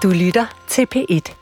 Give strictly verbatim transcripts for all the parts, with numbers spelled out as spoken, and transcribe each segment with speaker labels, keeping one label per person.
Speaker 1: Du lytter til P et.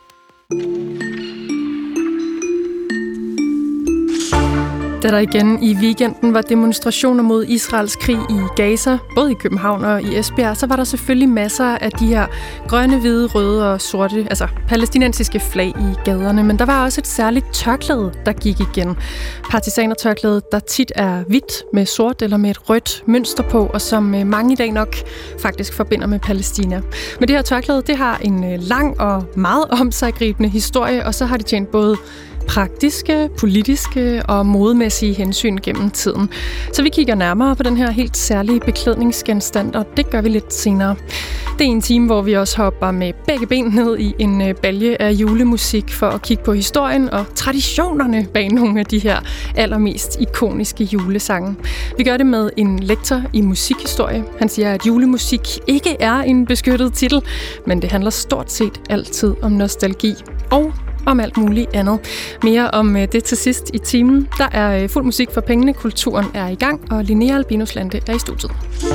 Speaker 2: Da der igen i weekenden var demonstrationer mod Israels krig i Gaza, både i København og i Esbjerg, så var der selvfølgelig masser af de her grønne, hvide, røde og sorte, altså palæstinensiske flag i gaderne. Men der var også et særligt tørklæde, der gik igen. Partisanertørklædet, der tit er hvidt med sort eller med et rødt mønster på, og som mange i dag nok faktisk forbinder med Palæstina. Men det her tørklæde, det har en lang og meget omsiggribende historie, og så har det tjent både praktiske, politiske og modemæssige hensyn gennem tiden. Så vi kigger nærmere på den her helt særlige beklædningsgenstand, og det gør vi lidt senere. Det er en time, hvor vi også hopper med begge ben ned i en balje af julemusik for at kigge på historien og traditionerne bag nogle af de her allermest ikoniske julesange. Vi gør det med en lektor i musikhistorie. Han siger, at julemusik ikke er en beskyttet titel, men det handler stort set altid om nostalgi og om alt muligt andet. Mere om det til sidst i timen. Der er fuld musik for pengene. Kulturen er i gang, og Linnea Albinus Lande er i studiet.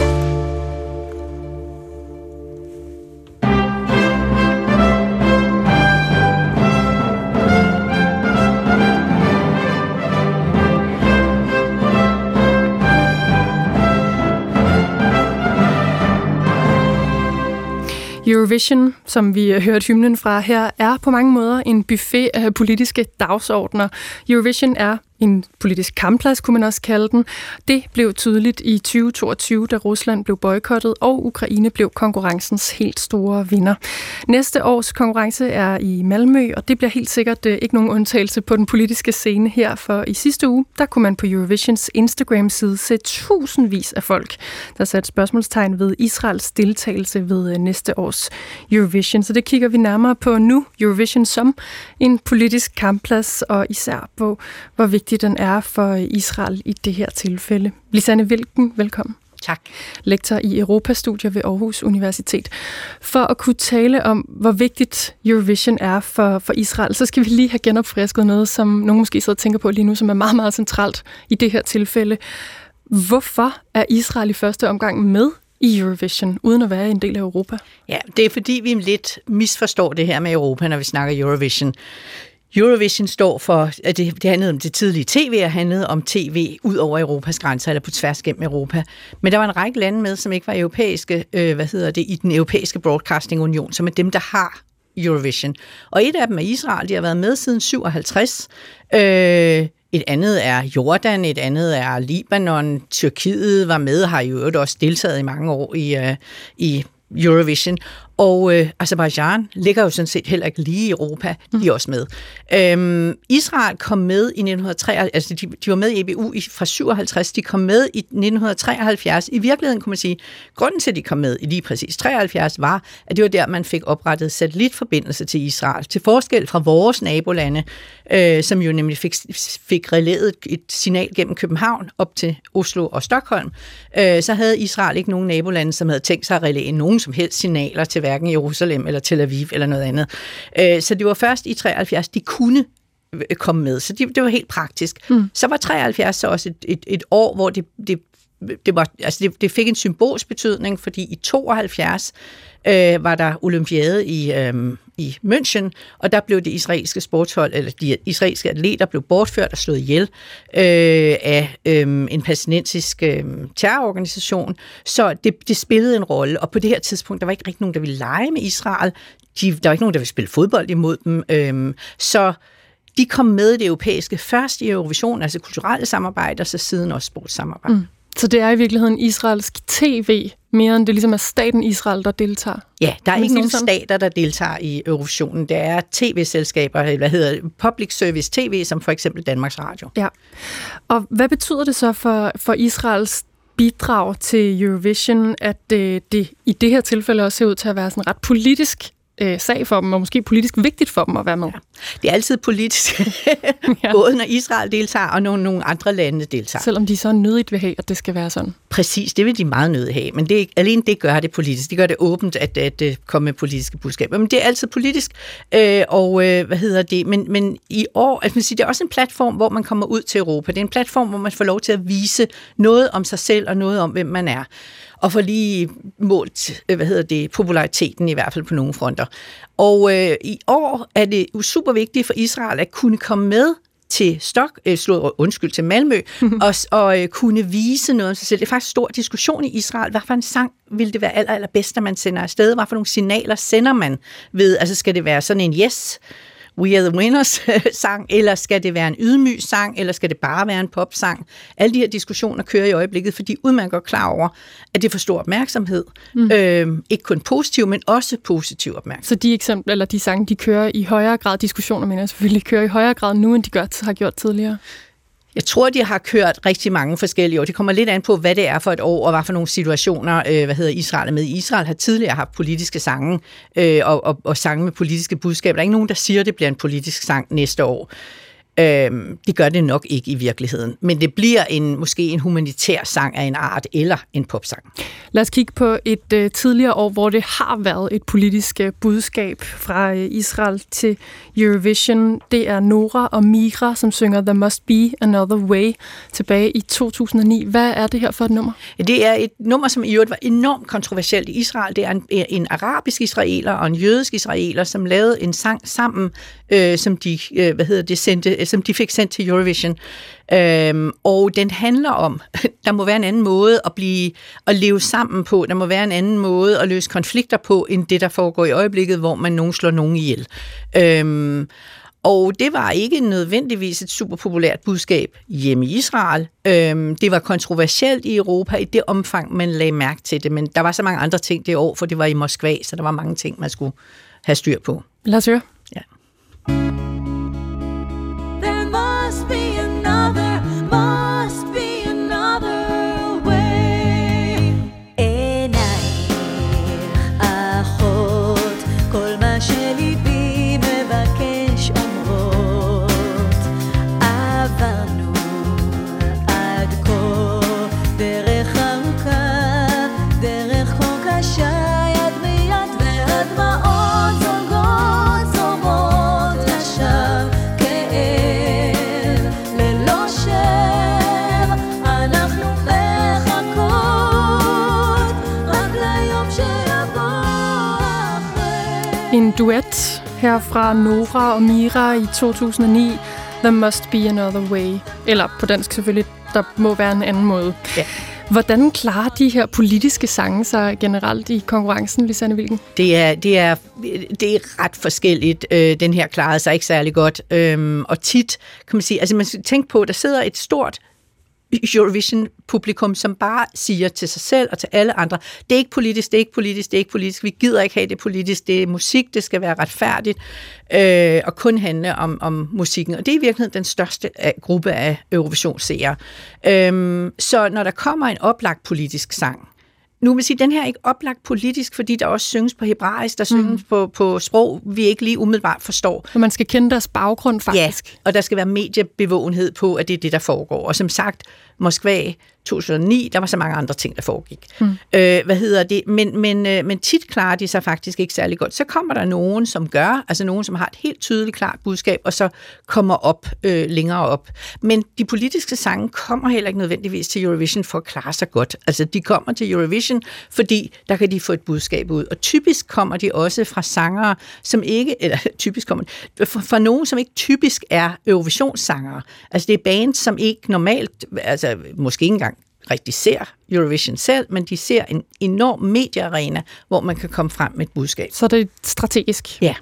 Speaker 2: Eurovision, som vi hørte hymnen fra her, er på mange måder en buffet af politiske dagsordner. Eurovision er en politisk kampplads, kunne man også kalde den. Det blev tydeligt i tyve toogtyve, da Rusland blev boykottet, og Ukraine blev konkurrencens helt store vinder. Næste års konkurrence er i Malmø, og det bliver helt sikkert ikke nogen undtagelse på den politiske scene her, for i sidste uge, der kunne man på Eurovisions Instagram-side se tusindvis af folk, der satte spørgsmålstegn ved Israels deltagelse ved næste års Eurovision. Så det kigger vi nærmere på nu. Eurovision som en politisk kampplads, og især på, hvor vigtig den er for Israel i det her tilfælde. Lisanne Wilken, velkommen.
Speaker 3: Tak.
Speaker 2: Lektor i Europastudier ved Aarhus Universitet. For at kunne tale om, hvor vigtigt Eurovision er for, for Israel, så skal vi lige have genopfrisket noget, som nogen måske sidder og tænker på lige nu, som er meget, meget centralt i det her tilfælde. Hvorfor er Israel i første omgang med i Eurovision, uden at være en del af Europa?
Speaker 3: Ja, det er fordi, vi lidt misforstår det her med Europa, når vi snakker Eurovision. Eurovision står for, at det, det handlede om det tidlige tv, og handlede om tv ud over Europas grænser, eller på tværs gennem Europa. Men der var en række lande med, som ikke var europæiske, øh, hvad hedder det, i den europæiske Broadcasting Union, som er dem, der har Eurovision. Og et af dem er Israel, de har været med siden syvoghalvtreds. Øh, et andet er Jordan, et andet er Libanon, Tyrkiet var med, har jo også deltaget i mange år i, øh, i Eurovision. Og øh, Aserbajdsjan ligger jo sådan set heller ikke lige i Europa, de er også med. Øhm, Israel kom med i nitten treoghalvfjerds, altså de, de var med i E B U i, fra syvoghalvtreds, de kom med i nitten treoghalvfjerds. I virkeligheden kunne man sige, grunden til, at de kom med i lige præcis treoghalvfjerds, var, at det var der, man fik oprettet satellitforbindelse til Israel. Til forskel fra vores nabolande, øh, som jo nemlig fik, fik relæet et signal gennem København op til Oslo og Stockholm, øh, så havde Israel ikke nogen nabolande, som havde tænkt sig at relæe nogen som helst signaler til hverken Jerusalem eller Tel Aviv eller noget andet. Så det var først i treoghalvfjerds, de kunne komme med. Så det, det var helt praktisk. Mm. Så var treoghalvfjerds så også et, et, et år, hvor det, det, det, var, altså det, det fik en symbolsk betydning, fordi i tooghalvfjerds øh, var der olympiade i, øh, i München, og der blev det israelske sportshold, eller de israelske atleter blev bortført og slået ihjel øh, af øh, en palæstinensisk øh, terrororganisation. Så det, det spillede en rolle, og på det her tidspunkt, der var ikke rigtig nogen, der ville lege med Israel. De, der var ikke nogen, der ville spille fodbold imod dem. Øh, så de kom med i det europæiske først i Eurovision, altså kulturelle samarbejde, og så siden også sportssamarbejde. Mm.
Speaker 2: Så det er i virkeligheden israelsk tv, mere end det ligesom er staten Israel, der deltager?
Speaker 3: Ja, der er ikke nogen stater, der deltager i Eurovisionen. Det er tv-selskaber, hvad hedder public service tv, som for eksempel Danmarks Radio.
Speaker 2: Ja. Og hvad betyder det så for, for Israels bidrag til Eurovision, at det, det i det her tilfælde også ser ud til at være sådan ret politisk øh, sag for dem, og måske politisk vigtigt for dem at være med? Ja.
Speaker 3: Det er altid politisk, ja. Både når Israel deltager, og når nogle andre lande deltager.
Speaker 2: Selvom de så nødigt vil have, at det skal være sådan.
Speaker 3: Præcis, det vil de meget nødigt have, men det, alene det gør det politisk. Det gør det åbent, at, at, at komme med politiske budskaber. Men det er altid politisk, øh, og øh, hvad hedder det? Men, men i år, altså man siger, det er også en platform, hvor man kommer ud til Europa. Det er en platform, hvor man får lov til at vise noget om sig selv, og noget om, hvem man er. og får lige målt, hvad hedder det, populariteten i hvert fald på nogle fronter. Og øh, i år er det super vigtigt for Israel at kunne komme med til Stok, øh, slået, undskyld, til Malmø, mm-hmm. og, og øh, kunne vise noget om sig selv. Det er faktisk en stor diskussion i Israel. Hvad for en sang vil det være aller, allerbedst, når man sender afsted? Hvad for nogle signaler sender man ved? Altså skal det være sådan en yes, we are the winners sang, eller skal det være en ydmyg sang, eller skal det bare være en popsang? Alle de her diskussioner kører i øjeblikket, fordi udmærket godt klar over, at det får stor opmærksomhed. Mm. Øh, ikke kun positiv, men også positiv opmærksomhed.
Speaker 2: Så de eksempler, eller de sange, de kører i højere grad, diskussioner, mener jeg selvfølgelig, kører i højere grad nu, end de gør, har gjort tidligere?
Speaker 3: Jeg tror, de har kørt rigtig mange forskellige år. Det kommer lidt an på, hvad det er for et år, og hvad for nogle situationer, øh, hvad hedder Israel er med. Israel har tidligere haft politiske sange, øh, og, og, og sange med politiske budskaber. Der er ikke nogen, der siger, at det bliver en politisk sang næste år. Øhm, det gør det nok ikke i virkeligheden, men det bliver en, måske en humanitær sang af en art, eller en popsang.
Speaker 2: Lad os kigge på et øh, tidligere år, hvor det har været et politisk øh, budskab fra øh, Israel til Eurovision. Det er Nora og Mira, som synger There Must Be Another Way tilbage i to tusind og ni. Hvad er det her for et nummer?
Speaker 3: Det er et nummer, som i øvrigt var enormt kontroversielt i Israel. Det er en, en arabisk israeler og en jødisk israeler, som lavede en sang sammen, øh, som de, øh, hvad hedder det, sendte som de fik sendt til Eurovision. Øhm, og den handler om, der må være en anden måde at blive at leve sammen på, der må være en anden måde at løse konflikter på, end det, der foregår i øjeblikket, hvor man nogen slår nogen ihjel. Øhm, og det var ikke nødvendigvis et super populært budskab hjemme i Israel. Øhm, det var kontroversielt i Europa i det omfang, man lagde mærke til det, men der var så mange andre ting det år, for det var i Moskva, så der var mange ting, man skulle have styr på.
Speaker 2: Lad os høre.
Speaker 3: Ja.
Speaker 1: Must be another, must be another way. עיניי אחות, כל מה שליבי מבקש אומרות. עברנו עד כה דרך ארוכה, דרך כה קשה, יד ביד והדמעות זולגות זורמות לשווא.
Speaker 2: En duet her fra Nora og Mira i to tusind og ni, There Must Be Another Way. Eller på dansk selvfølgelig, der må være en anden måde.
Speaker 3: Ja.
Speaker 2: Hvordan klarer de her politiske sange sig generelt i konkurrencen, Lisanne Wilken?
Speaker 3: Det er, det er, det er ret forskelligt. Øh, den her klarede sig ikke særlig godt. Øhm, og tit, kan man sige, altså man skal tænke på, der sidder et stort Eurovision-publikum, som bare siger til sig selv og til alle andre, det er ikke politisk, det er ikke politisk, det er ikke politisk, vi gider ikke have det politisk, det er musik, det skal være retfærdigt, øh, og kun handle om, om musikken. Og det er i virkeligheden den største af, gruppe af Eurovision-seere. Øhm, så når der kommer en oplagt politisk sang, nu vil jeg sige, den her er ikke oplagt politisk, fordi der også synges på hebraisk, der synges mm. på, på sprog, vi ikke lige umiddelbart forstår.
Speaker 2: Så man skal kende deres baggrund faktisk.
Speaker 3: Ja, og der skal være mediebevågenhed på, at det er det, der foregår. Og som sagt, Moskva to tusind og ni, der var så mange andre ting, der foregik. Mm. Øh, hvad hedder det? Men, men, øh, men tit klarer de sig faktisk ikke særlig godt. Så kommer der nogen, som gør, altså nogen, som har et helt tydeligt klart budskab, og så kommer op øh, længere op. Men de politiske sange kommer heller ikke nødvendigvis til Eurovision for at klare sig godt. Altså de kommer til Eurovision, fordi der kan de få et budskab ud. Og typisk kommer de også fra sangere, som ikke, eller typisk kommer de, fra, fra nogen, som ikke typisk er Eurovisionssangere. Altså det er bands, som ikke normalt, altså måske ikke engang rigtig ser Eurovision selv, men de ser en enorm mediearena, hvor man kan komme frem med et budskab.
Speaker 2: Så det er strategisk.
Speaker 3: Ja.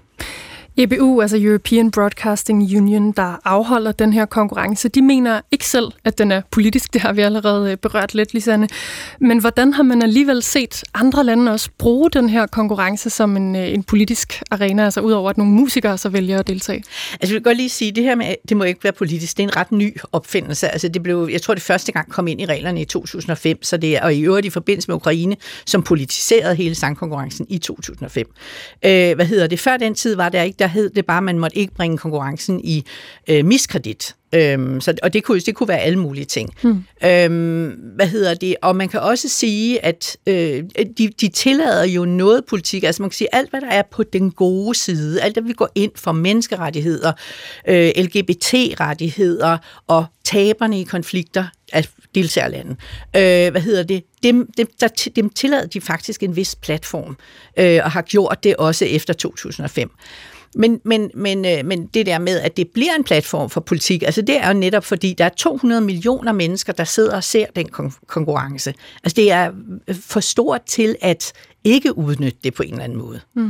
Speaker 2: E B U, altså European Broadcasting Union, der afholder den her konkurrence, de mener ikke selv, at den er politisk. Det har vi allerede berørt lidt, Lisanne. Men hvordan har man alligevel set andre lande også bruge den her konkurrence som en, en politisk arena, altså udover at nogle musikere så vælger at deltage? Altså
Speaker 3: jeg vil godt lige sige, det her med, det må ikke være politisk, det er en ret ny opfindelse. Altså det blev, jeg tror det første gang kom ind i reglerne i to tusind og fem, så det er, og i øvrigt i forbindelse med Ukraine, som politiserede hele sangkonkurrencen i to tusind og fem. Øh, hvad hedder det? Før den tid var der ikke, der hed det bare, at man måtte ikke bringe konkurrencen i øh, miskredit. Øhm, så, og det kunne, det kunne være alle mulige ting. Hmm. Øhm, hvad hedder det? Og man kan også sige, at øh, de, de tillader jo noget politik. Altså man kan sige, alt hvad der er på den gode side, alt det vi går ind for menneskerettigheder, øh, L G B T-rettigheder og taberne i konflikter, af deltagerlande. Øh, hvad hedder det? Dem, dem, der, dem tillader de faktisk en vis platform, øh, og har gjort det også efter to tusind og fem. Men, men, men, øh, men det der med, at det bliver en platform for politik, altså det er jo netop fordi, der er to hundrede millioner mennesker, der sidder og ser den kon- konkurrence. Altså det er for stort til at ikke udnytte det på en eller anden måde. Mm.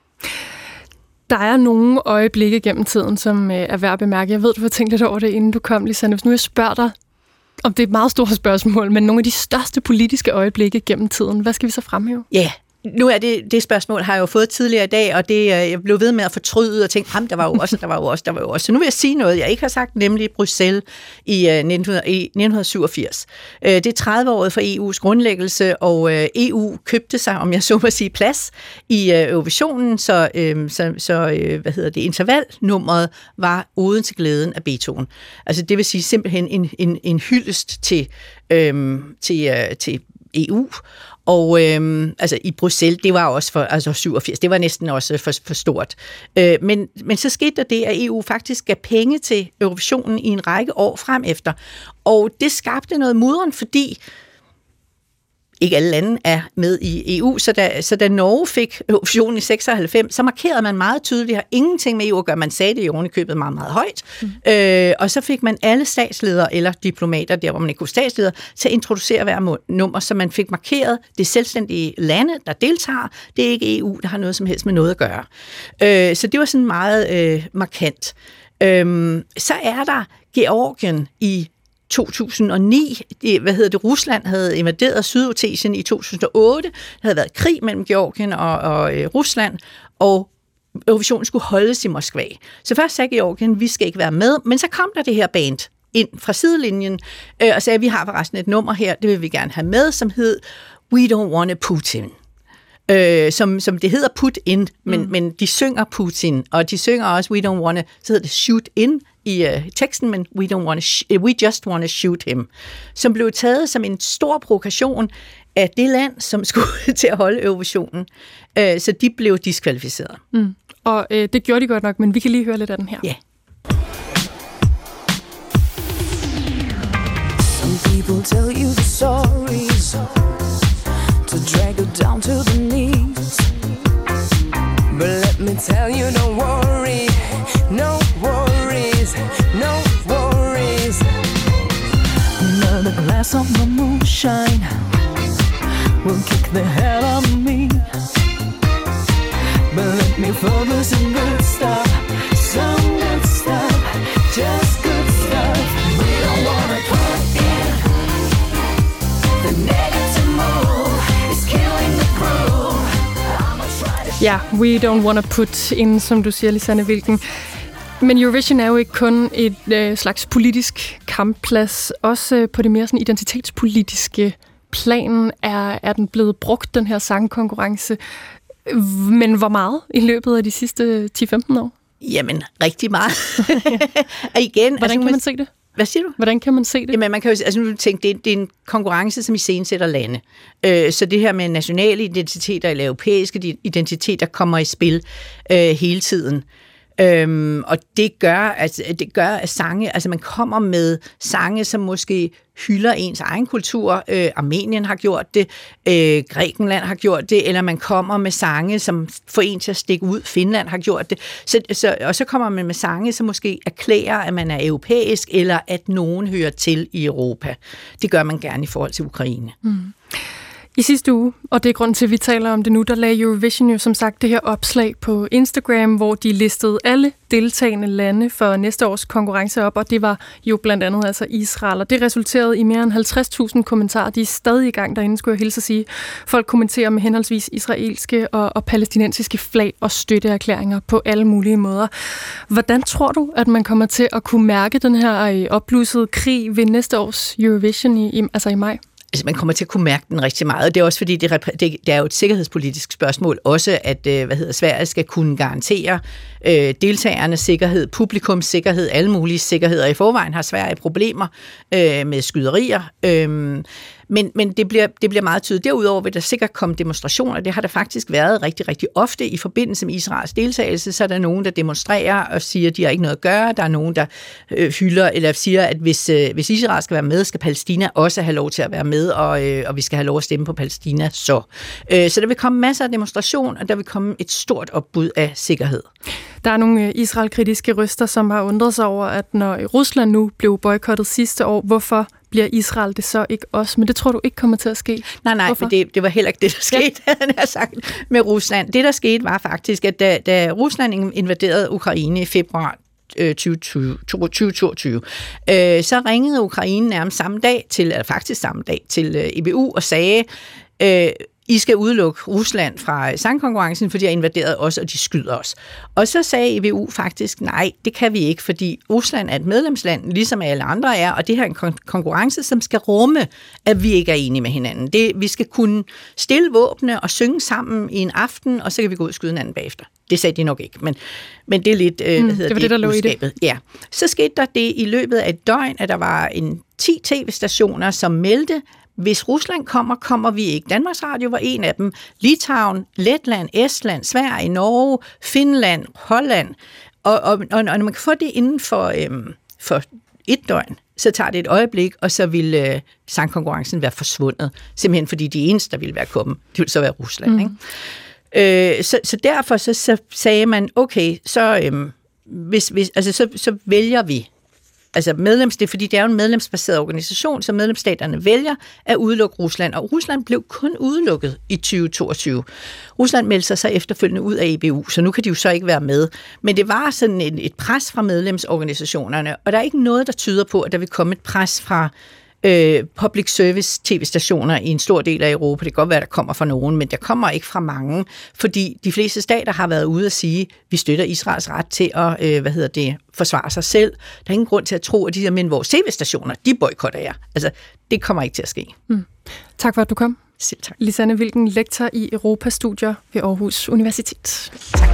Speaker 2: Der er nogle øjeblikke gennem tiden, som øh, er værd at bemærke. Jeg ved, du har tænkt lidt over det, inden du kom, Lisanne. Hvis nu jeg spørger dig, om det er et meget stort spørgsmål, men nogle af de største politiske øjeblikke gennem tiden, hvad skal vi så fremhæve?
Speaker 3: Ja, yeah. Nu er det, det spørgsmål, har jeg jo fået tidligere i dag, og det, jeg blev ved med at fortryde og tænke, ham, der var jo også, der var jo også, der var jo også. Så nu vil jeg sige noget, jeg ikke har sagt, nemlig Bruxelles i nitten syvogfirs. Det er tredive-året for E U's grundlæggelse, og E U købte sig, om jeg så må sige, plads i Eurovisionen, så, så, så hvad hedder det, intervalnummeret var uden til glæden af Beethoven. Altså det vil sige simpelthen en, en, en hyldest til, øhm, til, til E U. Og øhm, altså i Bruxelles, det var også for altså syvogfirs, det var næsten også for, for stort. Øh, men, men så skete der det, at E U faktisk gav penge til Eurovisionen i en række år frem efter. Og det skabte noget mudren, fordi ikke alle lande er med i E U, så da, så da Norge fik Eurovisionen i seksoghalvfems, så markerede man meget tydeligt, har ingenting med E U at gøre. Man sagde det i ovenikøbet meget, meget højt. Mm. Øh, og så fik man alle statsledere eller diplomater, der hvor man ikke kunne statsledere, til at introducere hver nummer, så man fik markeret det selvstændige lande, der deltager. Det er ikke E U, der har noget som helst med noget at gøre. Øh, så det var sådan meget øh, markant. Øh, så er der Georgien i to tusind og ni, det, hvad hedder det, Rusland havde invaderet Sydossetien i to tusind og otte, der havde været krig mellem Georgien og, og øh, Rusland, og Eurovisionen skulle holdes i Moskva. Så først sagde Georgien, vi skal ikke være med, men så kom der det her band ind fra sidelinjen, øh, og sagde, vi har forresten et nummer her, det vil vi gerne have med, som hed We Don't Want a Putin. Øh, som, som det hedder Put In, men, mm. men de synger Putin, og de synger også We Don't Want to, så hedder det Shoot In i uh, teksten, men we, don't wanna sh- we Just Want to Shoot Him, som blev taget som en stor provokation af det land, som skulle til at holde Eurovisionen. Øh, så de blev diskvalificeret.
Speaker 2: Mm. Og øh, det gjorde de godt nok, men vi kan lige høre lidt af den her.
Speaker 3: Ja. Yeah.
Speaker 4: Some people tell you the stories to drag you down to the knees. But let me tell you, don't worry, no worries, no worries. Another glass of my moonshine will kick the hell out of me. But let me focus on good stuff, some good stuff, just good stuff. We don't wanna put in the negative move, it's killing the groove.
Speaker 2: Ja, We Don't Wanna Put In, som du siger, Lisanne Wilken. Men Eurovision er jo ikke kun et øh, slags politisk kampplads. Også øh, på det mere sådan identitetspolitiske plan er, er den blevet brugt, den her sangkonkurrence. Men hvor meget i løbet af de sidste ti til femten år?
Speaker 3: Jamen, rigtig meget. Og igen,
Speaker 2: hvordan altså, kan man se det?
Speaker 3: Hvad siger du?
Speaker 2: Hvordan kan man se det?
Speaker 3: Jamen, man kan jo altså, nu tænke, det er, det er en konkurrence, som iscenesætter lande. Øh, så det her med nationale identiteter eller europæiske identiteter kommer i spil øh, hele tiden. Øhm, og det gør, altså, det gør, at sange, altså man kommer med sange, som måske hylder ens egen kultur. Øh, Armenien har gjort det, øh, Grækenland har gjort det, eller man kommer med sange, som får en til at stikke ud. Finland har gjort det. Så, så, og så kommer man med sange, som måske erklærer, at man er europæisk, eller at nogen hører til i Europa. Det gør man gerne i forhold til Ukraine.
Speaker 2: Mm. I sidste uge, og det er grund til, at vi taler om det nu, der lagde Eurovision jo som sagt det her opslag på Instagram, hvor de listede alle deltagende lande for næste års konkurrence op, og det var jo blandt andet altså Israel, og det resulterede i mere end halvtreds tusind kommentarer. De er stadig i gang derinde, skulle jeg hilse at sige. Folk kommenterer med henholdsvis israelske og, og palæstinensiske flag og støtteerklæringer på alle mulige måder. Hvordan tror du, at man kommer til at kunne mærke den her opblussede krig ved næste års Eurovision i, i, altså i maj?
Speaker 3: Altså, man kommer til at kunne mærke den rigtig meget. Det er også fordi, det, det, det er jo et sikkerhedspolitisk spørgsmål også, at hvad hedder, Sverige skal kunne garantere øh, deltagernes sikkerhed, publikums sikkerhed, alle mulige sikkerheder. I forvejen har Sverige problemer øh, med skyderier, øh, Men, men det, bliver, det bliver meget tydeligt. Derudover vil der sikkert komme demonstrationer. Det har der faktisk været rigtig, rigtig ofte i forbindelse med Israels deltagelse. Så er der nogen, der demonstrerer og siger, at de har ikke noget at gøre. Der er nogen, der øh, hylder eller siger, at hvis, øh, hvis Israel skal være med, skal Palæstina også have lov til at være med, og, øh, og vi skal have lov at stemme på Palæstina så. Øh, så der vil komme masser af demonstration, og der vil komme et stort opbud af sikkerhed.
Speaker 2: Der er nogle Israel-kritiske røster, som har undret sig over, at når Rusland nu blev boykottet sidste år, hvorfor bliver Israel det så ikke også? Men det tror du ikke kommer til at ske?
Speaker 3: Nej, nej,
Speaker 2: hvorfor?
Speaker 3: for det, det var heller ikke det, der skete, ja. Han har sagt, med Rusland. Det, der skete, var faktisk, at da, da Rusland invaderede Ukraine i februar tyve toogtyve, øh, så ringede Ukraine nærmest samme dag til, eller faktisk samme dag til øh, E B U og sagde, øh, I skal udelukke Rusland fra sangkonkurrencen, for de har invaderet os, og de skyder os. Og så sagde E B U faktisk, nej, det kan vi ikke, fordi Rusland er et medlemsland, ligesom alle andre er, og det her er en konkurrence, som skal rumme, at vi ikke er enige med hinanden. Det, vi skal kunne stille våbne og synge sammen i en aften, og så kan vi gå ud og skyde hinanden bagefter. Det sagde de nok ikke, men, men det er lidt, øh,
Speaker 2: mm,
Speaker 3: hvad hedder
Speaker 2: det var det, der lå i det.
Speaker 3: Ja. Så skete der det i løbet af et døgn, at der var en ti tv-stationer, som meldte, hvis Rusland kommer, kommer vi ikke. Danmarks Radio var en af dem. Litauen, Letland, Estland, Sverige, Norge, Finland, Holland. Og, og, og når man kan få det inden for, øhm, for et døgn, så tager det et øjeblik, og så vil øh, sangkonkurrencen være forsvundet. Simpelthen fordi de eneste, der ville være kommet, det vil så være Rusland. Mm. Ikke? Øh, så, så derfor så, så sagde man, okay, så, øhm, hvis, hvis, altså, så, så vælger vi. Altså medlems, det er, fordi det er jo en medlemsbaseret organisation, så medlemsstaterne vælger at udelukke Rusland, og Rusland blev kun udelukket i tyve toogtyve. Rusland meldte sig så efterfølgende ud af E B U, så nu kan de jo så ikke være med. Men det var sådan et, et pres fra medlemsorganisationerne, og der er ikke noget, der tyder på, at der vil komme et pres fra øh, public service tv-stationer i en stor del af Europa. Det kan godt være, der kommer fra nogen, men der kommer ikke fra mange, fordi de fleste stater har været ude at sige, at vi støtter Israels ret til at øh, hvad hedder det, forsvare sig selv. Der er ingen grund til at tro, at de her men vores tv-stationer, de boykotter jer. Altså, det kommer ikke til at ske.
Speaker 2: Mm. Tak for, at du kom.
Speaker 3: Selv tak.
Speaker 2: Lisanne Wilken, lektor i Europastudier ved Aarhus Universitet.
Speaker 3: Tak.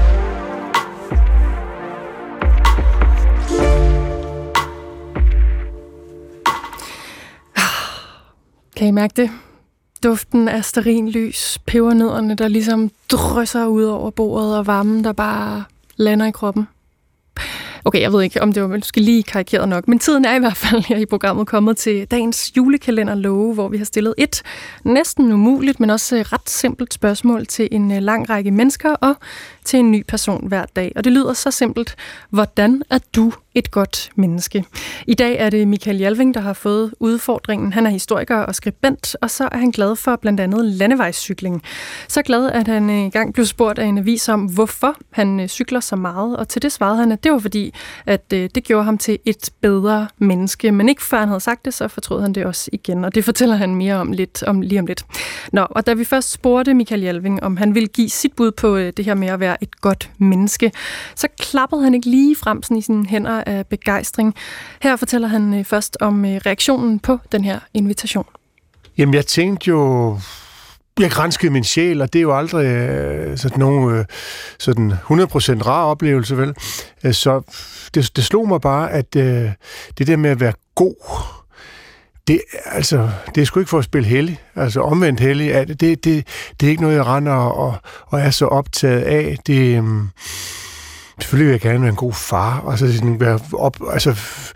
Speaker 2: Kan I mærke det? Duften af stearinlys, pebernødderne, der ligesom drysser ud over bordet, og varmen, der bare lander i kroppen. Okay, jeg ved ikke, om det var måske lige karikeret nok, men tiden er i hvert fald her i programmet kommet til dagens julekalenderlove, hvor vi har stillet et næsten umuligt, men også ret simpelt spørgsmål til en lang række mennesker og til en ny person hver dag. Og det lyder så simpelt: hvordan er du et godt menneske? I dag er det Michael Jalving, der har fået udfordringen. Han er historiker og skribent, og så er han glad for blandt andet landevejscykling. Så glad, at han engang blev spurgt af en avis om, hvorfor han cykler så meget, og til det svarede han, at det var fordi, at det gjorde ham til et bedre menneske. Men ikke før han havde sagt det, så fortrød han det også igen, og det fortæller han mere om, lidt, om lige om lidt. Nå, og da vi først spurgte Michael Jalving, om han ville give sit bud på det her med at være et godt menneske, så klappede han ikke lige frem sådan i sine hænder af begejstring. Her fortæller han først om reaktionen på den her invitation.
Speaker 5: Jamen, jeg tænkte jo... Jeg granskede min sjæl, og det er jo aldrig øh, sådan nogen øh, sådan hundrede procent rar oplevelse, vel? Så det, det slog mig bare, at øh, det der med at være god, det, altså, det er sgu ikke for at spille hellig, altså omvendt hellig, at det, det, det, det er ikke noget, jeg render og, og er så optaget af. Det, øh, selvfølgelig vil jeg gerne være en god far, altså sådan være op, altså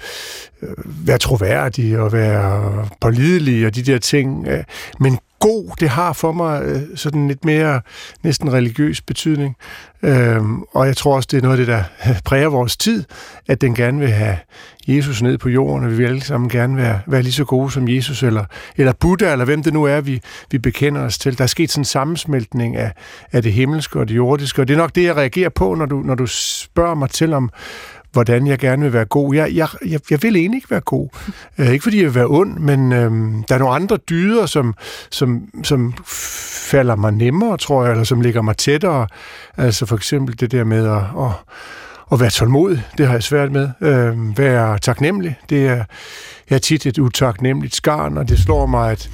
Speaker 5: være troværdig og være pålidelig og de der ting, men god, det har for mig sådan lidt mere næsten religiøs betydning. Øhm, og jeg tror også, det er noget af det, der præger vores tid, at den gerne vil have Jesus ned på jorden, og vi vil alle sammen gerne være, være lige så gode som Jesus, eller, eller Buddha, eller hvem det nu er, vi, vi bekender os til. Der er sket sådan en sammensmeltning af, af det himmelske og det jordiske, og det er nok det, jeg reagerer på, når du, når du spørger mig til om, hvordan jeg gerne vil være god. Jeg, jeg, jeg, jeg vil egentlig ikke være god. Uh, ikke fordi jeg vil være ond, men øhm, der er nogle andre dyder, som, som, som falder mig nemmere, tror jeg, eller som ligger mig tættere. Altså for eksempel det der med at, at, at være tålmodig, det har jeg svært med. Uh, være taknemmelig, det er, jeg er tit et utaknemmeligt skarn, og det slår mig, at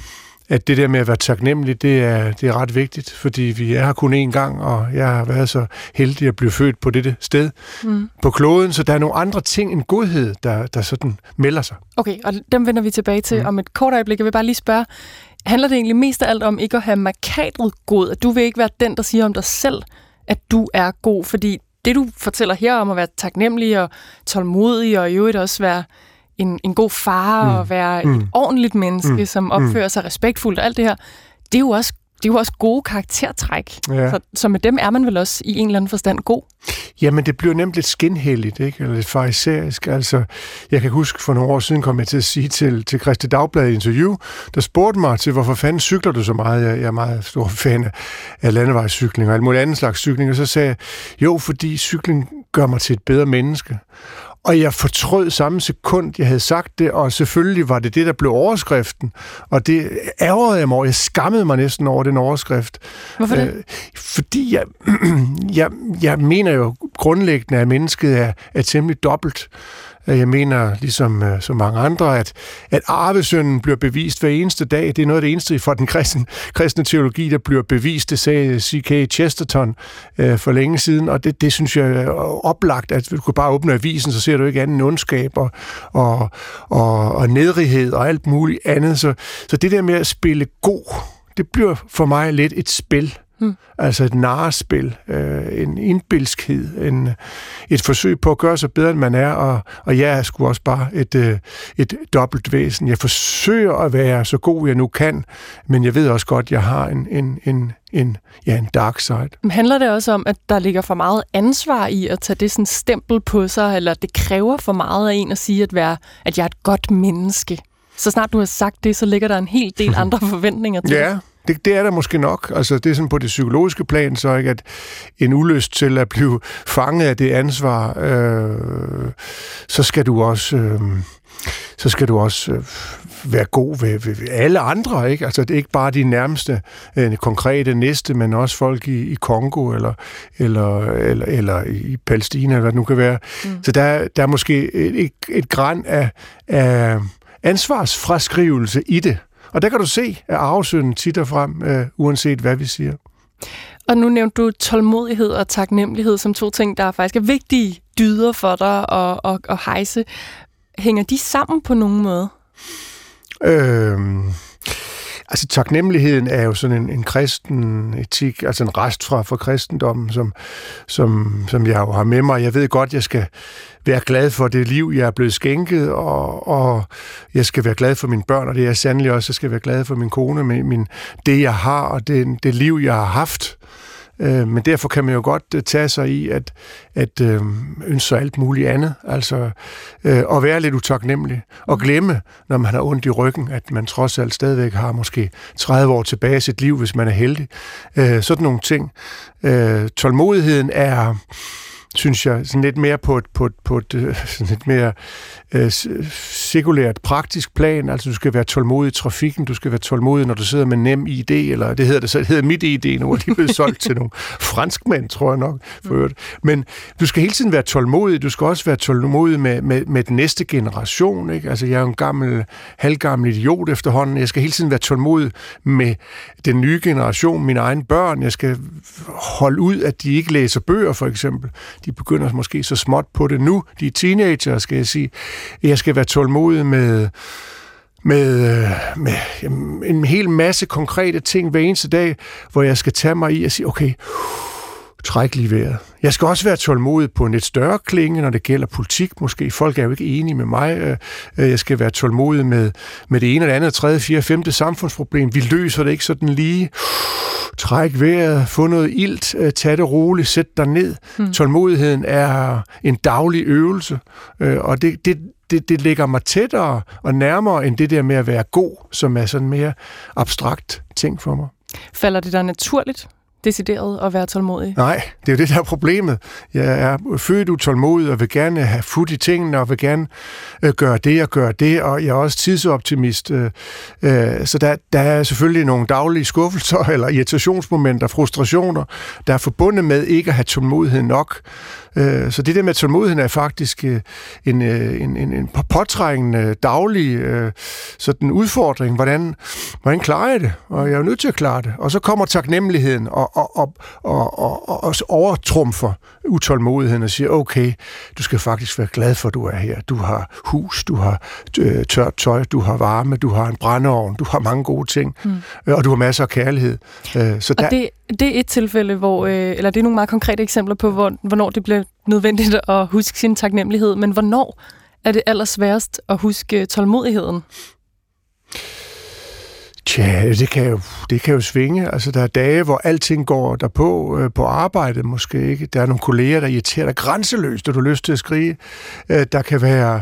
Speaker 5: at det der med at være taknemmelig, det er, det er ret vigtigt, fordi vi er her kun én gang, og jeg har været så heldig at blive født på dette sted mm. på kloden, så der er nogle andre ting end godhed, der, der sådan melder sig.
Speaker 2: Okay, og dem vender vi tilbage til mm. om et kort øjeblik. Jeg vil bare lige spørge, handler det egentlig mest af alt om ikke at have markatet god? At du vil ikke være den, der siger om dig selv, at du er god, fordi det, du fortæller her om at være taknemmelig og tålmodig, og i øvrigt også være en, en god far, mm. og være mm. et ordentligt menneske, mm. som opfører sig respektfuldt og alt det her, det er jo også, det er jo også gode karaktertræk. Ja. Så, så med dem er man vel også i en eller anden forstand god?
Speaker 5: Jamen, det bliver nemt lidt skinhelligt, ikke? Eller lidt farisæisk. Altså, jeg kan huske, for nogle år siden kom jeg til at sige til, til Kristi Dagblad i interview, der spurgte mig til, hvorfor fanden cykler du så meget? Jeg, jeg er meget stor fan af, af landevejscykling og alt muligt andet slags cykling. Og så sagde jeg, jo, fordi cykling gør mig til et bedre menneske. Og jeg fortrød samme sekund, jeg havde sagt det, og selvfølgelig var det det, der blev overskriften. Og det ærgerede jeg mig over. Jeg skammede mig næsten over den overskrift.
Speaker 2: Hvorfor det?
Speaker 5: Øh, fordi jeg, jeg, jeg mener jo grundlæggende, at mennesket er, er temmelig dobbelt. Jeg mener, ligesom øh, så mange andre, at, at arvesynden bliver bevist hver eneste dag. Det er noget af det eneste for den kristne, kristne teologi, der bliver bevist. Det sagde C K Chesterton øh, for længe siden, og det, det synes jeg er oplagt, at du kan bare åbne avisen, så ser du ikke andet end ondskab og, og, og, og nedrighed og alt muligt andet. Så, så det der med at spille god, det bliver for mig lidt et spil. Hmm. Altså et narrespil, øh, en indbilskhed, en, et forsøg på at gøre sig bedre, end man er, og, og jeg er sgu også bare et, øh, et dobbelt væsen. Jeg forsøger at være så god, jeg nu kan, men jeg ved også godt, at jeg har en, en, en, en, ja, en dark side.
Speaker 2: Men handler det også om, at der ligger for meget ansvar i at tage det sådan stempel på sig, eller det kræver for meget af en at sige, at, være, at jeg er et godt menneske? Så snart du har sagt det, så ligger der en hel del andre forventninger til.
Speaker 5: Ja. Det, det er der måske nok. Altså, det er sådan på det psykologiske plan, så ikke, at en ulyst til at blive fanget af det ansvar, øh, så skal du også, øh, så skal du også øh, være god ved, ved, ved alle andre, ikke? Altså, det er ikke bare de nærmeste, øh, konkrete næste, men også folk i, i Kongo, eller, eller, eller, eller i Palæstina, eller hvad det nu kan være. Mm. Så der, der er måske et, et, et gran af, af ansvarsfraskrivelse i det. Og der kan du se, at arvesynden titter frem, øh, uanset hvad vi siger.
Speaker 2: Og nu nævnte du tålmodighed og taknemmelighed som to ting, der faktisk er vigtige dyder for dig at, at, at hejse. Hænger de sammen på nogen måde?
Speaker 5: Øhm, altså taknemmeligheden er jo sådan en, en kristen etik, altså en rest fra, fra kristendommen, som, som, som jeg jo har med mig. Jeg ved godt, jeg skal være glad for det liv, jeg er blevet skænket, og, og jeg skal være glad for mine børn, og det er jeg sandelig også. Jeg skal være glad for min kone, med min, det jeg har, og det, det liv, jeg har haft. Øh, men derfor kan man jo godt uh, tage sig i at, at øh, ønske sig alt muligt andet. Altså øh, at være lidt utaknemmelig, og glemme, når man har ondt i ryggen, at man trods alt stadigvæk har måske tredive år tilbage i sit liv, hvis man er heldig. Øh, sådan nogle ting. Øh, tålmodigheden er, synes jeg, sådan lidt mere på et, på et, på et sådan lidt mere øh, sekulært, praktisk plan. Altså, du skal være tålmodig i trafikken, du skal være tålmodig, når du sidder med Nem I D, eller det hedder det så, det hedder Mit I D nu, og de er blevet solgt til nogle franskmænd, tror jeg nok, for øvrigt. Men du skal hele tiden være tålmodig, du skal også være tålmodig med, med, med den næste generation, ikke? Altså, jeg er jo en gammel, halvgammel idiot efterhånden. Jeg skal hele tiden være tålmodig med den nye generation, mine egne børn. Jeg skal holde ud, at de ikke læser bøger, for eksempel. De begynder måske så småt på det nu. De er teenager, skal jeg sige. Jeg skal være tålmodig med, med, med en hel masse konkrete ting hver eneste dag, hvor jeg skal tage mig i og sige, okay, træk lige vejret. Jeg skal også være tålmodig på en lidt større klinge, når det gælder politik måske. Folk er jo ikke enige med mig. Jeg skal være tålmodig med, med det ene eller andet, tredje, fjerde, femte samfundsproblem. Vi løser det ikke sådan lige. Træk vejret, få noget ilt, tag det roligt, sæt dig ned. Hmm. Tålmodigheden er en daglig øvelse, og det, det, det, det ligger mig tættere og nærmere end det der med at være god, som er sådan mere abstrakt ting for mig.
Speaker 2: Falder det der naturligt? decideret at være tålmodig?
Speaker 5: Nej, det er jo det, der er problemet. Jeg er født utålmodig og vil gerne have fut i tingene og vil gerne øh, gøre det og gøre det, og jeg er også tidsoptimist. Øh, øh, så der, der er selvfølgelig nogle daglige skuffelser eller irritationsmomenter, frustrationer, der er forbundet med ikke at have tålmodighed nok. Øh, så det der med tålmodigheden er faktisk øh, en, øh, en, en, en påtrængende daglig øh, sådan udfordring. Hvordan, hvordan klarer jeg det? Og jeg er jo nødt til at klare det. Og så kommer taknemmeligheden og, og, og, og, og, og, og overtrumfer utålmodigheden og siger, okay, du skal faktisk være glad for, at du er her. Du har hus, du har øh, tørt tøj, du har varme, du har en brændeovn, du har mange gode ting, mm. øh, og du har masser af kærlighed. Øh, så
Speaker 2: og
Speaker 5: der...
Speaker 2: det, det er et tilfælde, hvor, øh, eller det er nogle meget konkrete eksempler på, hvor, hvornår det bliver nødvendigt at huske sin taknemmelighed, men hvornår er det allersværest at huske tålmodigheden?
Speaker 5: Tja, det kan jo, det kan jo svinge. Altså, der er dage, hvor alting går derpå, øh, på arbejde måske ikke. Der er nogle kolleger, der irriterer dig grænseløst, og du har lyst til at skrige. Øh, der kan være...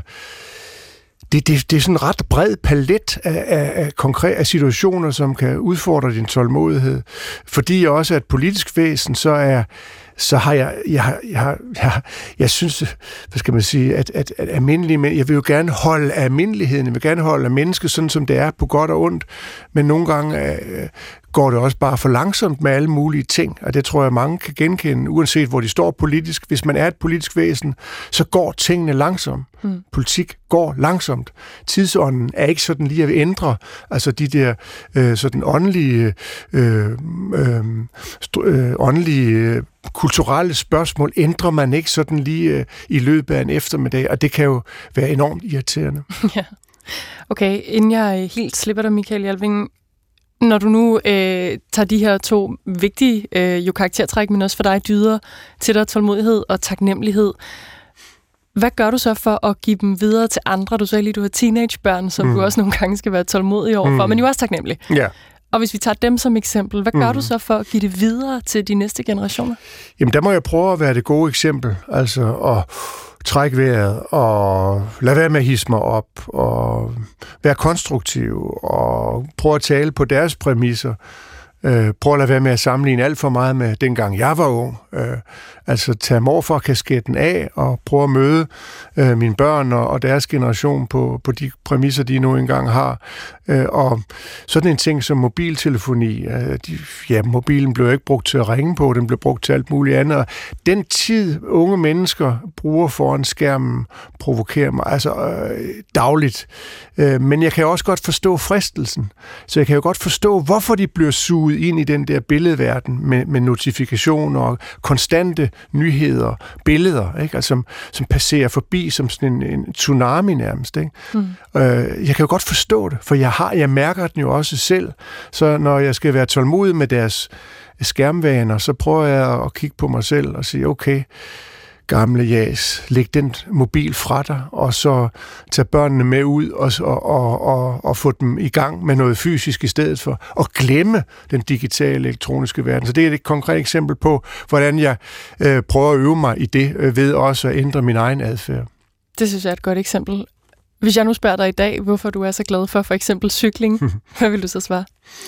Speaker 5: Det, det, det er sådan en ret bred palet af, af, af konkrete af situationer, som kan udfordre din tålmodighed. Fordi jeg også er et politisk væsen, så er så har jeg, jeg, jeg, jeg, jeg synes, hvad skal man sige, at, at, at almindelige, jeg vil jo gerne holde af almindeligheden, jeg vil gerne holde af mennesket, sådan som det er, på godt og ondt, men nogle gange øh, går det også bare for langsomt med alle mulige ting, og det tror jeg, mange kan genkende, uanset hvor de står politisk. Hvis man er et politisk væsen, så går tingene langsomt. Hmm. Politik går langsomt. Tidsånden er ikke sådan lige at ændre, altså de der øh, sådan åndelige, øh, øh, øh, åndelige øh, kulturelle spørgsmål ændrer man ikke sådan lige øh, i løbet af en eftermiddag, og det kan jo være enormt irriterende.
Speaker 2: Ja. Okay, inden jeg helt slipper dig, Michael Jalving, når du nu øh, tager de her to vigtige øh, jo karaktertræk, men også for dig dyder til dig tålmodighed og taknemmelighed, hvad gør du så for at give dem videre til andre? Du sagde lige, du har teenagebørn, som mm. du også nogle gange skal være tålmodig overfor, mm. men jo også taknemmelig.
Speaker 5: Ja.
Speaker 2: Og hvis vi tager dem som eksempel, hvad gør mm. du så for at give det videre til de næste generationer?
Speaker 5: Jamen, der må jeg prøve at være det gode eksempel. Altså at trække vejret og lade være med at hisse mig op og være konstruktiv og prøve at tale på deres præmisser. Øh, prøv at lade være med at sammenligne alt for meget med dengang jeg var ung. Øh, altså tage morfar-kasketten af og prøve at møde øh, mine børn og, og deres generation på, på de præmisser, de nu engang har. Øh, og sådan en ting som mobiltelefoni. Øh, de, ja, mobilen blev ikke brugt til at ringe på, den blev brugt til alt muligt andet. Og den tid, unge mennesker bruger foran skærmen, provokerer mig altså øh, dagligt. Øh, men jeg kan også godt forstå fristelsen. Så jeg kan jo godt forstå, hvorfor de bliver suget ind i den der billedverden med, med notifikationer og konstante nyheder, billeder, ikke? Altså, som, som passerer forbi som sådan en, en tsunami nærmest. Ikke? Mm. Øh, jeg kan jo godt forstå det, for jeg, har, jeg mærker den jo også selv. Så når jeg skal være tålmodig med deres skærmvaner, så prøver jeg at kigge på mig selv og sige, okay, gamle jas, læg den mobil fra dig, og så tage børnene med ud og, og, og, og få dem i gang med noget fysisk i stedet for, og glemme den digitale elektroniske verden. Så det er et konkret eksempel på, hvordan jeg øh, prøver at øve mig i det, øh, ved også at ændre min egen adfærd.
Speaker 2: Det synes jeg er et godt eksempel. Hvis jeg nu spørger dig i dag, hvorfor du er så glad for for eksempel cykling, hvad vil du så svare?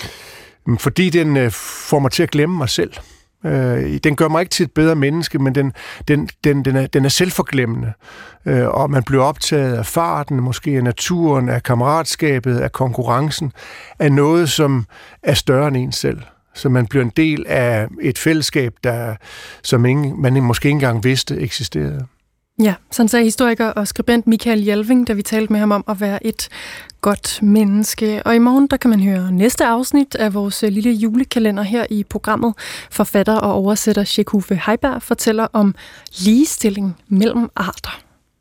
Speaker 5: Fordi den øh, får mig til at glemme mig selv. Øh, den gør mig ikke til et bedre menneske, men den, den, den, den, er, den er selvforglemmende. Øh, og man bliver optaget af farten, måske af naturen, af kammeratskabet, af konkurrencen, af noget, som er større end en selv. Så man bliver en del af et fællesskab, der, som ingen, man måske ikke engang vidste eksisterede.
Speaker 2: Ja, sådan sagde historiker og skribent Michael Jalving, da vi talte med ham om at være et godt menneske. Og i morgen, der kan man høre næste afsnit af vores lille julekalender her i programmet. Forfatter og oversætter Sheikh Uffe Heiberg fortæller om ligestilling mellem arter.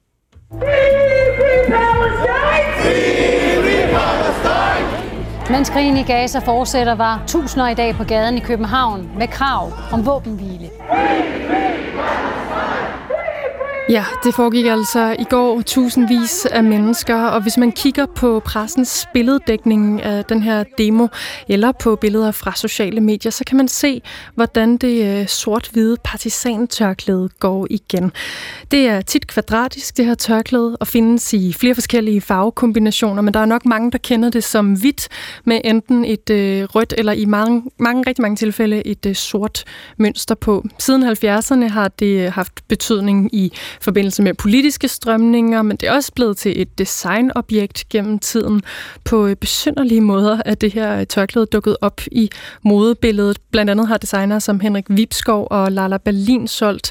Speaker 6: Mens krigen i Gaza fortsætter, var tusinder i dag på gaden i København med krav om våbenhvile.
Speaker 2: Ja, det foregik altså i går tusindvis af mennesker, og hvis man kigger på pressens billeddækning af den her demo, eller på billeder fra sociale medier, så kan man se, hvordan det sort-hvide partisantørklæde går igen. Det er tit kvadratisk, det her tørklæde, og findes i flere forskellige farvekombinationer, men der er nok mange, der kender det som hvidt, med enten et øh, rødt, eller i mange, mange, rigtig mange tilfælde et øh, sort mønster på. Siden halvfjerdserne har det haft betydning i forbindelse med politiske strømninger, men det er også blevet til et designobjekt gennem tiden. På besynderlige måder er det her tørklæde dukket op i modebilledet. Blandt andet har designere som Henrik Vibskov og Lala Berlin solgt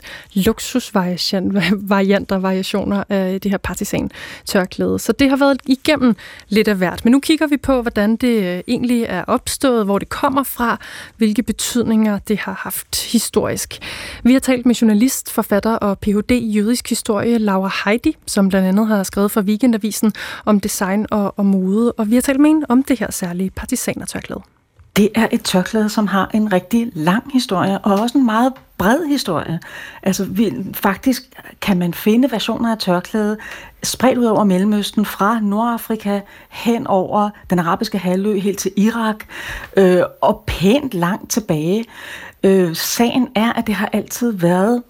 Speaker 2: luksusvarianter, variationer af det her partisan-tørklæde. Så det har været igennem lidt af hvert. Men nu kigger vi på, hvordan det egentlig er opstået, hvor det kommer fra, hvilke betydninger det har haft historisk. Vi har talt med journalist, forfatter og P H D i jødisk historie, Laura Heidi, som blandt andet har skrevet for Weekendavisen om design og, og mode, og vi har talt med hende om det her særlige partisanertørklæde.
Speaker 7: Det er et tørklæde, som har en rigtig lang historie, og også en meget bred historie. Altså vi, faktisk kan man finde versioner af tørklæde spredt ud over Mellemøsten, fra Nordafrika hen over den arabiske halvø, helt til Irak, øh, og pænt langt tilbage. Øh, sagen er, at det har altid været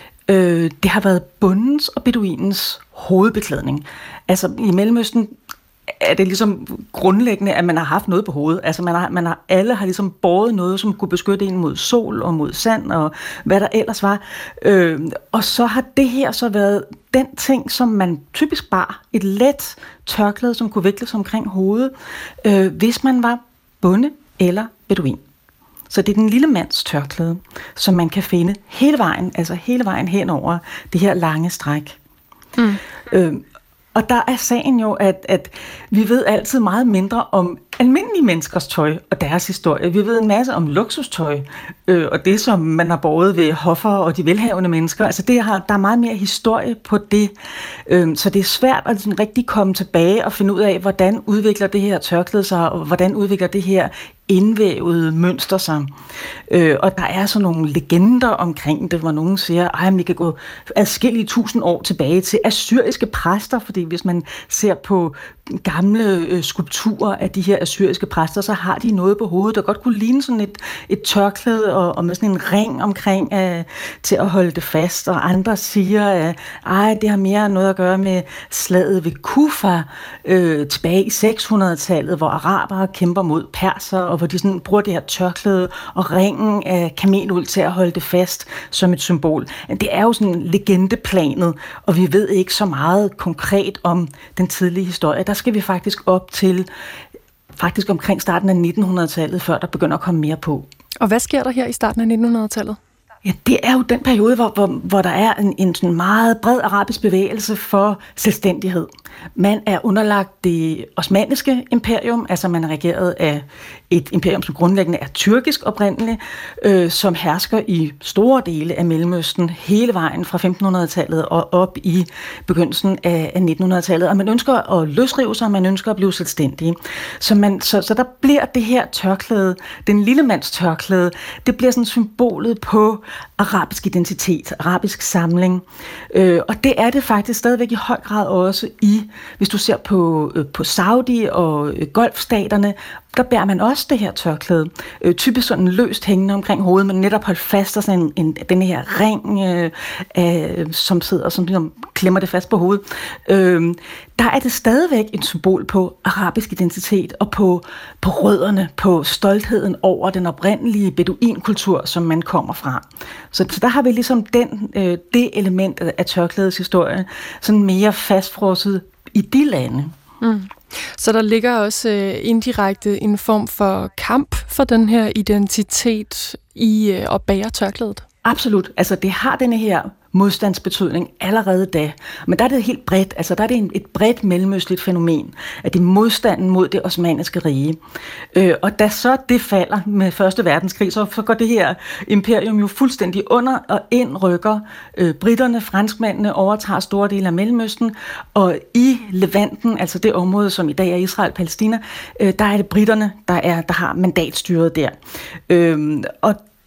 Speaker 7: Øh, det har været bondens og beduinens hovedbeklædning. Altså i Mellemøsten er det ligesom grundlæggende, at man har haft noget på hovedet. Altså man har, man har, alle har ligesom båret noget, som kunne beskytte en mod sol og mod sand og hvad der ellers var. Øh, og så har det her så været den ting, som man typisk bar. Et let tørklæde, som kunne vikles omkring hovedet, øh, hvis man var bonde eller beduin. Så det er den lille mands tørklæde, som man kan finde hele vejen, altså hele vejen hen over det her lange stræk. Mm. Øhm, og der er sagen jo, at, at vi ved altid meget mindre om almindelige menneskers tøj og deres historie. Vi ved en masse om luksustøj, øh, og det, som man har båret ved hoffer og de velhavende mennesker. Altså det har, der er meget mere historie på det. Øh, så det er svært at sådan rigtig komme tilbage og finde ud af, hvordan udvikler det her tørklæde sig, og hvordan udvikler det her indvævede mønster sig. Øh, og der er så nogle legender omkring det, hvor nogen siger, at vi kan gå adskillige tusind år tilbage til assyriske præster, fordi hvis man ser på gamle øh, skulpturer af de her assyriske præster, så har de noget på hovedet, der godt kunne ligne sådan et, et tørklæde og, og med sådan en ring omkring øh, til at holde det fast. Og andre siger, at ej, det har mere noget at gøre med slaget ved Kufa øh, tilbage i seks hundrede-tallet, hvor arabere kæmper mod perser, og hvor de sådan bruger det her tørklæde og ringen af kameluld til at holde det fast som et symbol. Det er jo sådan legendeplanet, og vi ved ikke så meget konkret om den tidlige historie. Der skal vi faktisk op til faktisk omkring starten af nitten hundrede-tallet, før der begynder at komme mere på.
Speaker 2: Og hvad sker der her i starten af nitten hundrede-tallet?
Speaker 7: Ja, det er jo den periode, hvor, hvor, hvor der er en, en sådan meget bred arabisk bevægelse for selvstændighed. Man er underlagt det osmanniske imperium, altså man er regeret af et imperium, som grundlæggende er tyrkisk oprindeligt, øh, som hersker i store dele af Mellemøsten hele vejen fra femten hundrede-tallet og op i begyndelsen af, af nitten hundrede-tallet. Og man ønsker at løsrive sig, og man ønsker at blive selvstændige. Så, man, så, så der bliver det her tørklæde, den lille mands tørklæde, det bliver sådan symbolet på arabisk identitet, arabisk samling. Øh, og det er det faktisk stadigvæk i høj grad også i, hvis du ser på, øh, på Saudi og øh, Golfstaterne, der bærer man også det her tørklæde. Øh, typisk sådan løst hængende omkring hovedet, men netop holdt fast af sådan en, en, den her ring, øh, øh, som sidder og som, som klemmer det fast på hovedet. Øh, der er det stadigvæk et symbol på arabisk identitet og på, på rødderne, på stoltheden over den oprindelige beduinkultur, som man kommer fra. Så, så der har vi ligesom den, øh, det element af tørklædets historie sådan mere fastfrosset i de lande.
Speaker 2: Mm. Så der ligger også øh, indirekte en form for kamp for den her identitet i øh, at bære tørklædet?
Speaker 7: Absolut. Altså det har denne her modstandsbetydning allerede da. Men der er det helt bredt, altså der er det en, et bredt mellemøstligt fænomen, at det er modstanden mod det osmanniske rige. Øh, og da så det falder med første verdenskrig, så, så går det her imperium jo fuldstændig under og indrykker. Øh, britterne, franskmændene overtager store dele af Mellemøsten, og i Levanten, altså det område, som i dag er Israel-Palæstina, øh, der er det britterne, der, er, der har mandatstyret der. Øh, og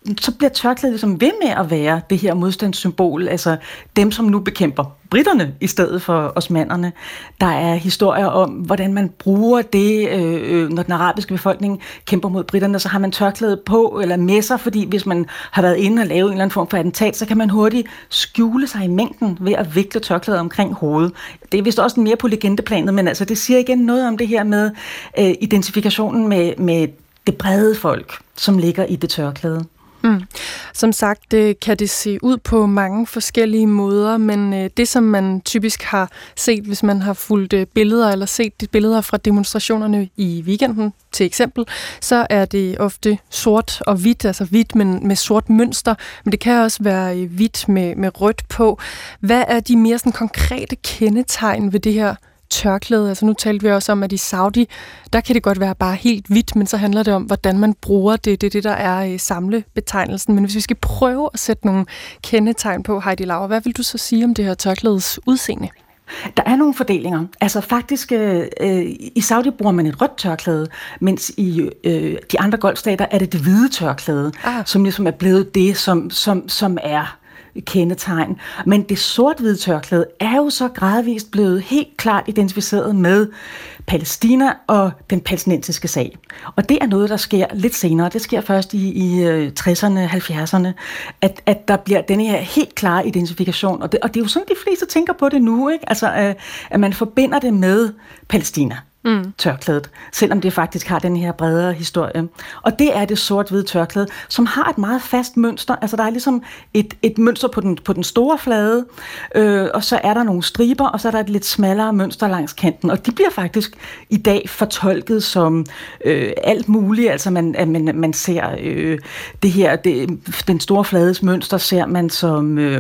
Speaker 7: så bliver tørklædet ligesom ved med at være det her modstandssymbol, altså dem, som nu bekæmper britterne i stedet for osmannerne. Der er historier om, hvordan man bruger det, øh, når den arabiske befolkning kæmper mod britterne, så har man tørklædet på eller med sig, fordi hvis man har været inde og lavet en eller anden form for attentat, så kan man hurtigt skjule sig i mængden ved at vikle tørklædet omkring hovedet. Det er vist også mere på legendeplanet, men altså det siger igen noget om det her med øh, identifikationen med, med det brede folk, som ligger i det tørklæde.
Speaker 2: Mm. Som sagt det kan det se ud på mange forskellige måder, men øh, det som man typisk har set, hvis man har fulgt øh, billeder eller set de billeder fra demonstrationerne i weekenden til eksempel, så er det ofte sort og hvidt, altså hvidt men med sort mønster, men det kan også være øh, hvidt med, med rødt på. Hvad er de mere sådan konkrete kendetegn ved det her tørklæde? Altså nu talte vi også om, at i Saudi, der kan det godt være bare helt hvidt, men så handler det om, hvordan man bruger det. Det er det, der er i samlebetegnelsen. Men hvis vi skal prøve at sætte nogle kendetegn på, Heidi Lauer, hvad vil du så sige om det her tørklædes udseende?
Speaker 7: Der er nogle fordelinger. Altså faktisk, øh, i Saudi bruger man et rødt tørklæde, mens i øh, de andre golfstater er det det hvide tørklæde, ah. som ligesom er blevet det, som, som, som er kendetegn. Men det sort-hvide tørklæde er jo så gradvist blevet helt klart identificeret med Palæstina og den palæstinensiske sag. Og det er noget, der sker lidt senere. Det sker først i, i tresserne, halvfjerdserne, at, at der bliver denne her helt klare identifikation. Og det, og det er jo sådan, de fleste tænker på det nu, ikke? Altså, at man forbinder det med Palæstina. Mm. Tørklædet, selvom det faktisk har den her bredere historie. Og det er det sort-hvide tørklæde, som har et meget fast mønster. Altså der er ligesom et, et mønster på den, på den store flade, øh, og så er der nogle striber, og så er der et lidt smallere mønster langs kanten. Og de bliver faktisk i dag fortolket som øh, alt muligt. Altså man, man, man ser øh, det her, det, den store flades mønster ser man som Øh,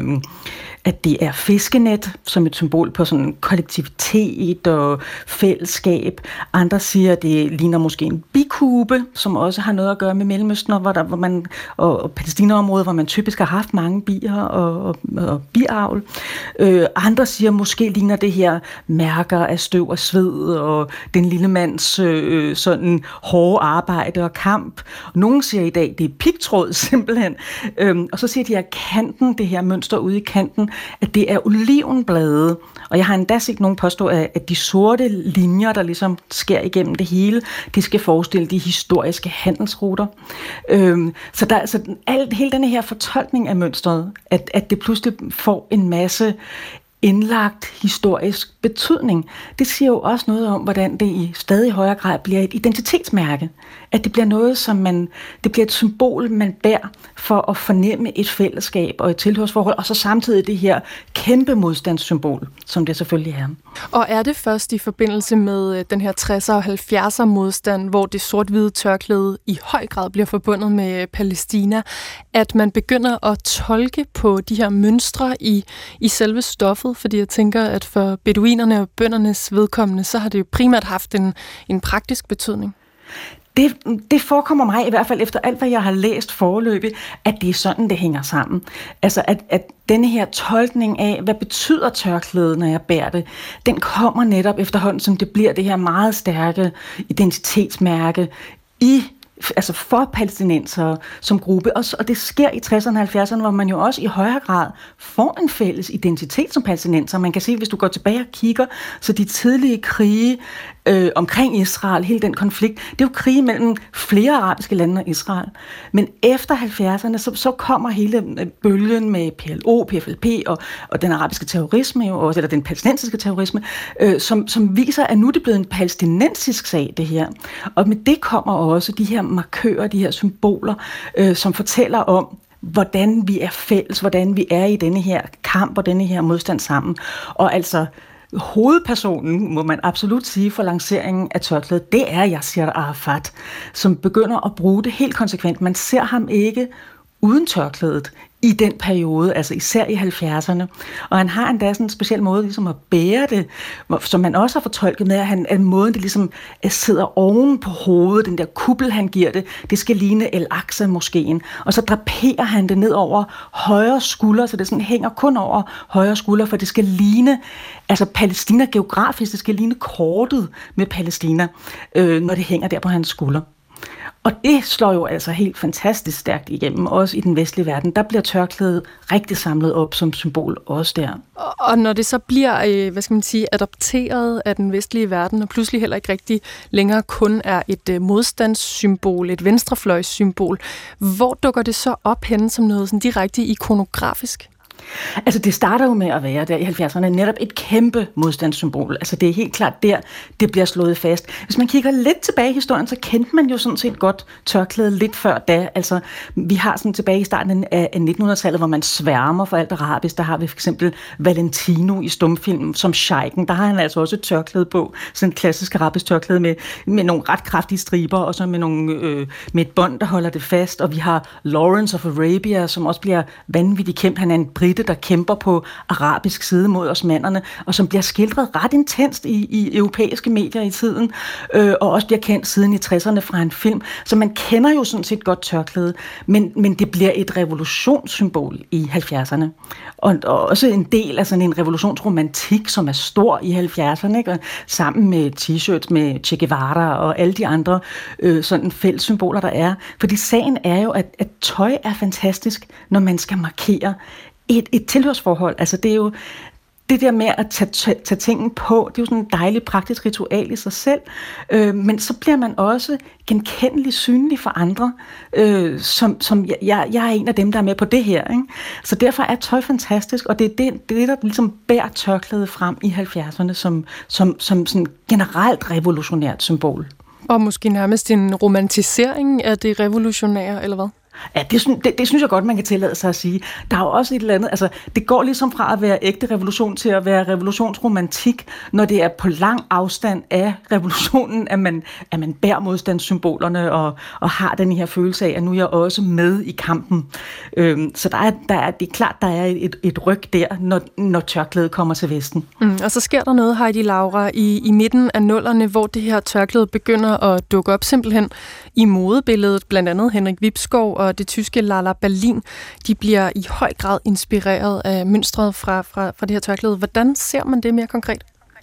Speaker 7: at det er fiskenet, som et symbol på sådan kollektivitet og fællesskab. Andre siger, at det ligner måske en bikube, som også har noget at gøre med Mellemøsten, hvor, der, hvor man, og, og Palæstina-området, hvor man typisk har haft mange bier og, og, og biavl. Øh, andre siger, måske ligner det her mærker af støv og sved, og den lille mands øh, sådan hårde arbejde og kamp. Og nogen siger i dag, det er pigtråd simpelthen. Øh, og så siger de, at kanten, det her mønster ude i kanten, at det er olivenblade. Og jeg har endda set nogen påstå, at de sorte linjer, der ligesom sker igennem det hele, de skal forestille de historiske handelsruter. Øhm, så der, så alt, hele denne her fortolkning af mønstret, at, at det pludselig får en masse indlagt historisk betydning, det siger jo også noget om, hvordan det i stadig højere grad bliver et identitetsmærke. At det bliver noget, som man, det bliver et symbol, man bærer for at fornemme et fællesskab og et tilhørsforhold, og så samtidig det her kæmpe modstandssymbol, som det selvfølgelig er.
Speaker 2: Og er det først i forbindelse med den her tresser og halvfjerdser modstand, hvor det sort-hvide tørklæde i høj grad bliver forbundet med Palæstina, at man begynder at tolke på de her mønstre i, i selve stoffet? Fordi jeg tænker, at for beduinerne og bøndernes vedkommende, så har det jo primært haft en, en praktisk betydning.
Speaker 7: Det, det forekommer mig i hvert fald efter alt, hvad jeg har læst foreløbig, at det er sådan, det hænger sammen. Altså, at, at denne her tolkning af, hvad betyder tørklædet, når jeg bærer det, den kommer netop efterhånden, som det bliver det her meget stærke identitetsmærke i altså for palæstinensere som gruppe. Og det sker i tresserne og halvfjerdserne, hvor man jo også i højere grad får en fælles identitet som palæstinenser. Man kan se, hvis du går tilbage og kigger, så de tidlige krige øh, omkring Israel, hele den konflikt, det er jo krige mellem flere arabiske lande og Israel. Men efter halvfjerdserne, så, så kommer hele bølgen med P L O, P F L P og, og den arabiske terrorisme, jo, eller den palæstinensiske terrorisme, øh, som, som viser, at nu er det blevet en palæstinensisk sag, det her. Og med det kommer også de her markører, de her symboler, øh, som fortæller om, hvordan vi er fælles, hvordan vi er i denne her kamp og denne her modstand sammen. Og altså hovedpersonen, må man absolut sige, for lanceringen af tørklædet, det er Yasser Arafat, som begynder at bruge det helt konsekvent. Man ser ham ikke uden tørklædet i den periode, altså især i halvfjerdserne. Og han har endda sådan en speciel måde ligesom at bære det, som man også har fortolket med, at, han, at måden det ligesom sidder oven på hovedet, den der kuppel, han giver det, det skal ligne El-Aqsa-moskeen. Og så draperer han det ned over højre skulder, så det sådan hænger kun over højre skulder, for det skal ligne, altså Palæstina geografisk, det skal ligne kortet med Palæstina, øh, når det hænger der på hans skulder. Og det slår jo altså helt fantastisk stærkt igennem, også i den vestlige verden. Der bliver tørklædet rigtig samlet op som symbol også der.
Speaker 2: Og, og når det så bliver, hvad skal man sige, adopteret af den vestlige verden, og pludselig heller ikke rigtig længere kun er et modstandssymbol, et venstrefløjssymbol, hvor dukker det så op henne som noget sådan direkte ikonografisk?
Speaker 7: Altså det starter jo med at være der i halvfjerdserne netop et kæmpe modstandssymbol. Altså det er helt klart der, det bliver slået fast. Hvis man kigger lidt tilbage i historien, så kendte man jo sådan set godt tørklædet lidt før da. Altså vi har sådan tilbage i starten af nittenhundredetallet, hvor man sværmer for alt arabisk. Der har vi for eksempel Valentino i stumfilmen som sheiken. Der har han altså også et tørklæde på. Sådan et klassisk arabisk tørklæde med, med nogle ret kraftige striber, og så med, nogle, øh, med et bånd, der holder det fast. Og vi har Lawrence of Arabia, som også bliver vanvittigt kæmpe. Han er en brite, der kæmper på arabisk side mod osmannerne, og som bliver skildret ret intenst i, i europæiske medier i tiden, øh, og også bliver kendt siden i tresserne fra en film. Så man kender jo sådan set godt tørklædet, men, men det bliver et revolutionssymbol i halvfjerdserne. Og, og også en del af sådan en revolutionsromantik, som er stor i halvfjerdserne, ikke? Og sammen med t-shirts med Che Guevara og alle de andre øh, sådan fælles symboler, der er. Fordi sagen er jo, at, at tøj er fantastisk, når man skal markere Et, et tilhørsforhold. Altså det er jo det der med at tage, tage, tage tingene på, det er jo sådan en dejlig praktisk ritual i sig selv, øh, men så bliver man også genkendelig synlig for andre, øh, som, som jeg, jeg er en af dem, der er med på det her. Ikke? Så derfor er tøj fantastisk, og det er det, det, der ligesom bærer tørklædet frem i halvfjerdserne som, som, som sådan generelt revolutionært symbol.
Speaker 2: Og måske nærmest en romantisering af det revolutionære, eller hvad?
Speaker 7: Ja, det, det, det synes jeg godt, man kan tillade sig at sige. Der er jo også et eller andet, altså det går ligesom fra at være ægte revolution til at være revolutionsromantik, når det er på lang afstand af revolutionen, at man, at man bærer modstandssymbolerne og, og har den her følelse af, at nu er jeg også med i kampen. Øhm, så der er, der er, det er klart, der er et, et ryg der, når, når tørklædet kommer til Vesten.
Speaker 2: Mm, og så sker der noget, Heidi Laura, i, i midten af nullerne, hvor det her tørklæde begynder at dukke op simpelthen i modebilledet. Blandt andet Henrik Vibskov og det tyske Lala Berlin, de bliver i høj grad inspireret af mønstret fra, fra, fra det her tørklæde. Hvordan ser man det mere konkret?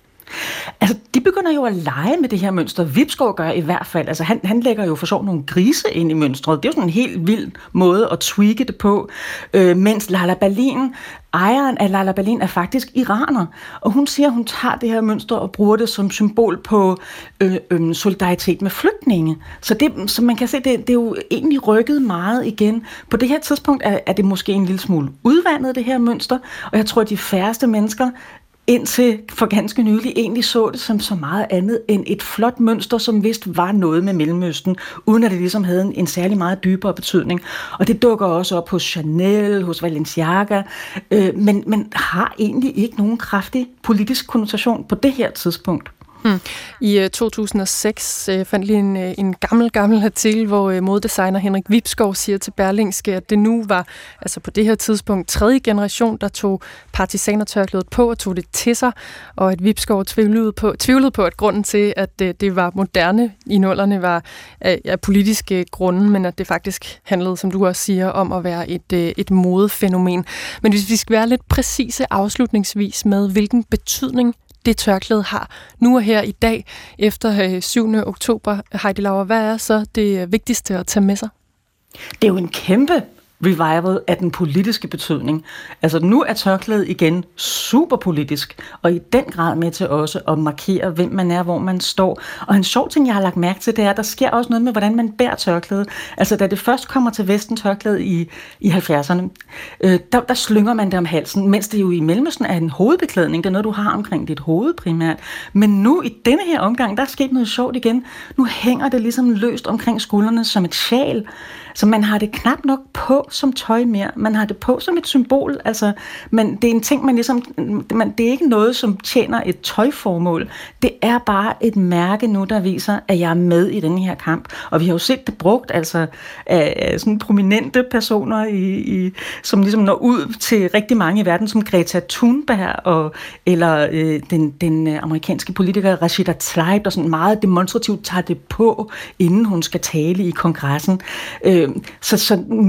Speaker 7: Altså, de begynder jo at lege med det her mønster. Vibskov gør i hvert fald. Altså, han, han lægger jo for sjov nogle grise ind i mønstret. Det er jo sådan en helt vild måde at tweake det på. Øh, mens Lala Berlin, ejeren af Lala Berlin, er faktisk iraner. Og hun siger, at hun tager det her mønster og bruger det som symbol på øh, øh, solidaritet med flygtninge. Så, det, så man kan se, det, det er jo egentlig rykket meget igen. På det her tidspunkt er, er det måske en lille smule udvandet, det her mønster. Og jeg tror, at de færreste mennesker indtil for ganske nylig egentlig så det som så meget andet end et flot mønster, som vist var noget med Mellemøsten, uden at det ligesom havde en, en særlig meget dybere betydning. Og det dukker også op hos Chanel, hos Balenciaga, øh, men, men har egentlig ikke nogen kraftig politisk konnotation på det her tidspunkt.
Speaker 2: Hmm. I to tusind og seks uh, fandt jeg en, en gammel, gammel artikel, hvor uh, modedesigner Henrik Vibskov siger til Berlingske, at det nu var, altså på det her tidspunkt, tredje generation, der tog partisanertørklædet på og tog det til sig, og at Vibskov tvivlede på, tvivlede på, at grunden til, at uh, det var moderne i nullerne, var af uh, politiske grunde, men at det faktisk handlede, som du også siger, om at være et, uh, et modefænomen. Men hvis vi skal være lidt præcise afslutningsvis med, hvilken betydning det tørklæde har nu og her i dag, efter syvende oktober. Heidi Laura, hvad er så det vigtigste at tage med sig?
Speaker 7: Det er jo en kæmpe revival af den politiske betydning. Altså nu er tørklædet igen super politisk, og i den grad med til også at markere, hvem man er, hvor man står. Og en sjov ting, jeg har lagt mærke til, det er, at der sker også noget med, hvordan man bærer tørklædet. Altså da det først kommer til Vesten, tørklædet i, i halvfjerdserne, øh, der, der slynger man det om halsen, mens det jo i Mellemøsten er en hovedbeklædning. Det er noget, du har omkring dit hoved primært. Men nu i denne her omgang, der er sket noget sjovt igen. Nu hænger det ligesom løst omkring skuldrene som et sjal. Så man har det knap nok på som tøj mere. Man har det på som et symbol. Altså, men det er en ting, man ligesom... Man, det er ikke noget, som tjener et tøjformål. Det er bare et mærke nu, der viser, at jeg er med i den her kamp. Og vi har jo set det brugt altså, af sådan prominente personer, i, i, som ligesom når ud til rigtig mange i verden, som Greta Thunberg, og, eller øh, den, den amerikanske politiker Rashida Tlaib, der sådan meget demonstrativt tager det på, inden hun skal tale i kongressen. Øh, Så, så nu er tørklædet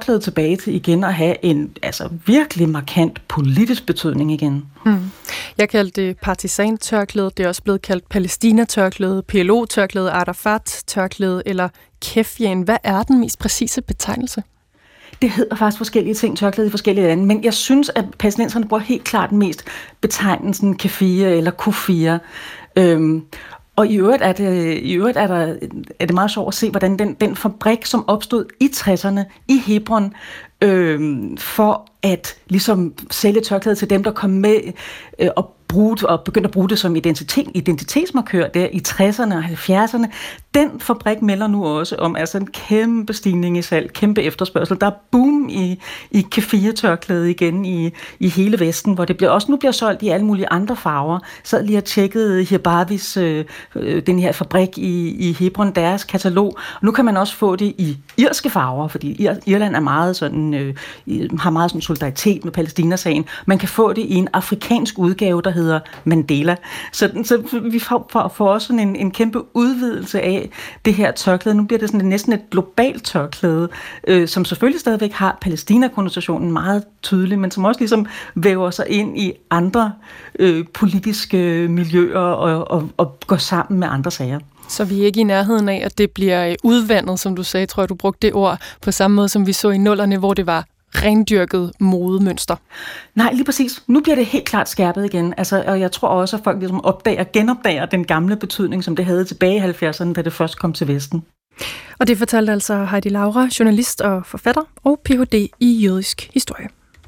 Speaker 7: tørklædet tilbage til igen at have en altså virkelig markant politisk betydning igen.
Speaker 2: Mm. Jeg kaldte det partisan-tørklæde, det er også blevet kaldt Palæstina-tørklæde, P L O-tørklæde, Arafat-tørklæde eller kefjan. Hvad er den mest præcise betegnelse?
Speaker 7: Det hedder faktisk forskellige ting, tørklæde i forskellige lande, men jeg synes, at palæstinenserne bruger helt klart mest betegnelsen kefir eller kufir. Øhm, og i øvrigt, er det, i øvrigt er, der, er det meget sjovt at se, hvordan den, den fabrik, som opstod i tresserne i Hebron, øhm, for at ligesom sælge tørklæde til dem, der kom med øh, og bruge, og begyndte at bruge det som identitet, identitetsmarkør der i tresserne og halvfjerdserne. Den fabrik melder nu også om altså en kæmpe stigning i salg, kæmpe efterspørgsel. Der er boom i, i kefir-tørklæde igen i, i hele Vesten, hvor det bliver, også nu bliver solgt i alle mulige andre farver. Så lige har tjekket Hirbavis, øh, den her fabrik i, i Hebron, deres katalog. Og nu kan man også få det i irske farver, fordi Irland er meget sådan, øh, har meget sådan solidaritet med Palæstina-sagen. Man kan få det i en afrikansk udgave, der hedder Mandela. Så, så vi får, får, får også sådan en, en kæmpe udvidelse af det her tørklæde. Nu bliver det sådan næsten et globalt tørklæde, øh, som selvfølgelig stadigvæk har Palæstina-konnotationen meget tydelig, men som også ligesom væver sig ind i andre øh, politiske miljøer og, og, og går sammen med andre sager.
Speaker 2: Så vi er ikke i nærheden af, at det bliver udvandet, som du sagde, tror jeg, du brugte det ord, på samme måde som vi så i nullerne, hvor det var rendyrket modemønster.
Speaker 7: Nej, lige præcis. Nu bliver det helt klart skærpet igen. Altså, og jeg tror også, at folk ligesom opdager, genopdager den gamle betydning, som det havde tilbage i halvfjerdserne, da det først kom til Vesten.
Speaker 2: Og det fortalte altså Heidi Laura, journalist og forfatter og P H D i jødisk historie.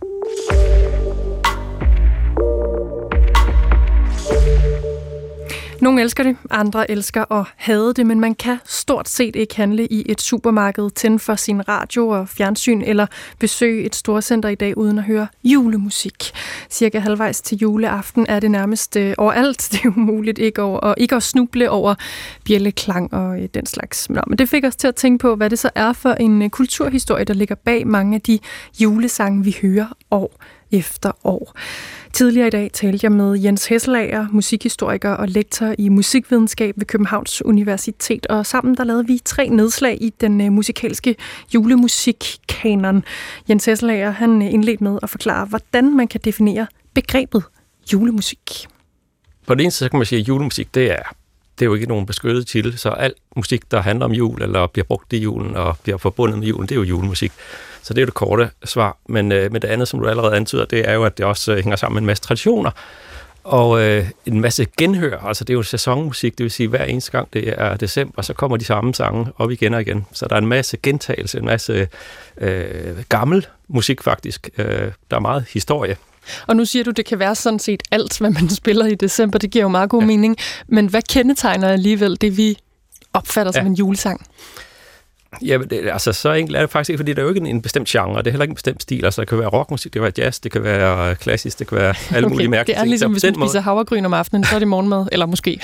Speaker 2: Nogle elsker det, andre elsker at hade det, men man kan stort set ikke handle i et supermarked, tænde for sin radio og fjernsyn eller besøge et storcenter i dag uden at høre julemusik. Cirka halvvejs til juleaften er det nærmest øh, overalt. Det er umuligt ikke, over, og ikke at snuble over bjælleklang og øh, den slags. Nå, men det fik os til at tænke på, hvad det så er for en øh, kulturhistorie, der ligger bag mange af de julesange, vi hører år efter år. Tidligere i dag talte jeg med Jens Hesselager, musikhistoriker og lektor i musikvidenskab ved Københavns Universitet, og sammen der lavede vi tre nedslag i den uh, musikalske julemusikkanon. Jens Hesselager, han indledte med at forklare, hvordan man kan definere begrebet julemusik.
Speaker 8: På det ene side kan man sige, at julemusik, det er, det er jo ikke nogen beskyttet titel, så al musik, der handler om jul, eller bliver brugt i julen og bliver forbundet med julen, det er jo julemusik. Så det er jo det korte svar. Men øh, med det andet, som du allerede antyder, det er jo, at det også øh, hænger sammen med en masse traditioner. Og øh, en masse genhør. Altså det er jo sæsonmusik, det vil sige, hver eneste gang det er december, så kommer de samme sange op igen og igen. Så der er en masse gentagelse, en masse øh, gammel musik faktisk. Øh, der er meget historie.
Speaker 2: Og nu siger du, det kan være sådan set alt, hvad man spiller i december. Det giver jo meget god ja. mening. Men hvad kendetegner alligevel det, vi opfatter ja. som en julesang?
Speaker 8: Ja, det, altså så enkelt er det faktisk ikke, fordi der er jo ikke en, en bestemt genre, det er heller ikke en bestemt stil. Altså det kan være rockmusik, det kan være jazz, det kan være klassisk, det kan være alle okay, mulige mærkelige ting.
Speaker 2: Det er ligesom, hvis man spiser havregryn om aftenen, så er det morgenmad, eller måske.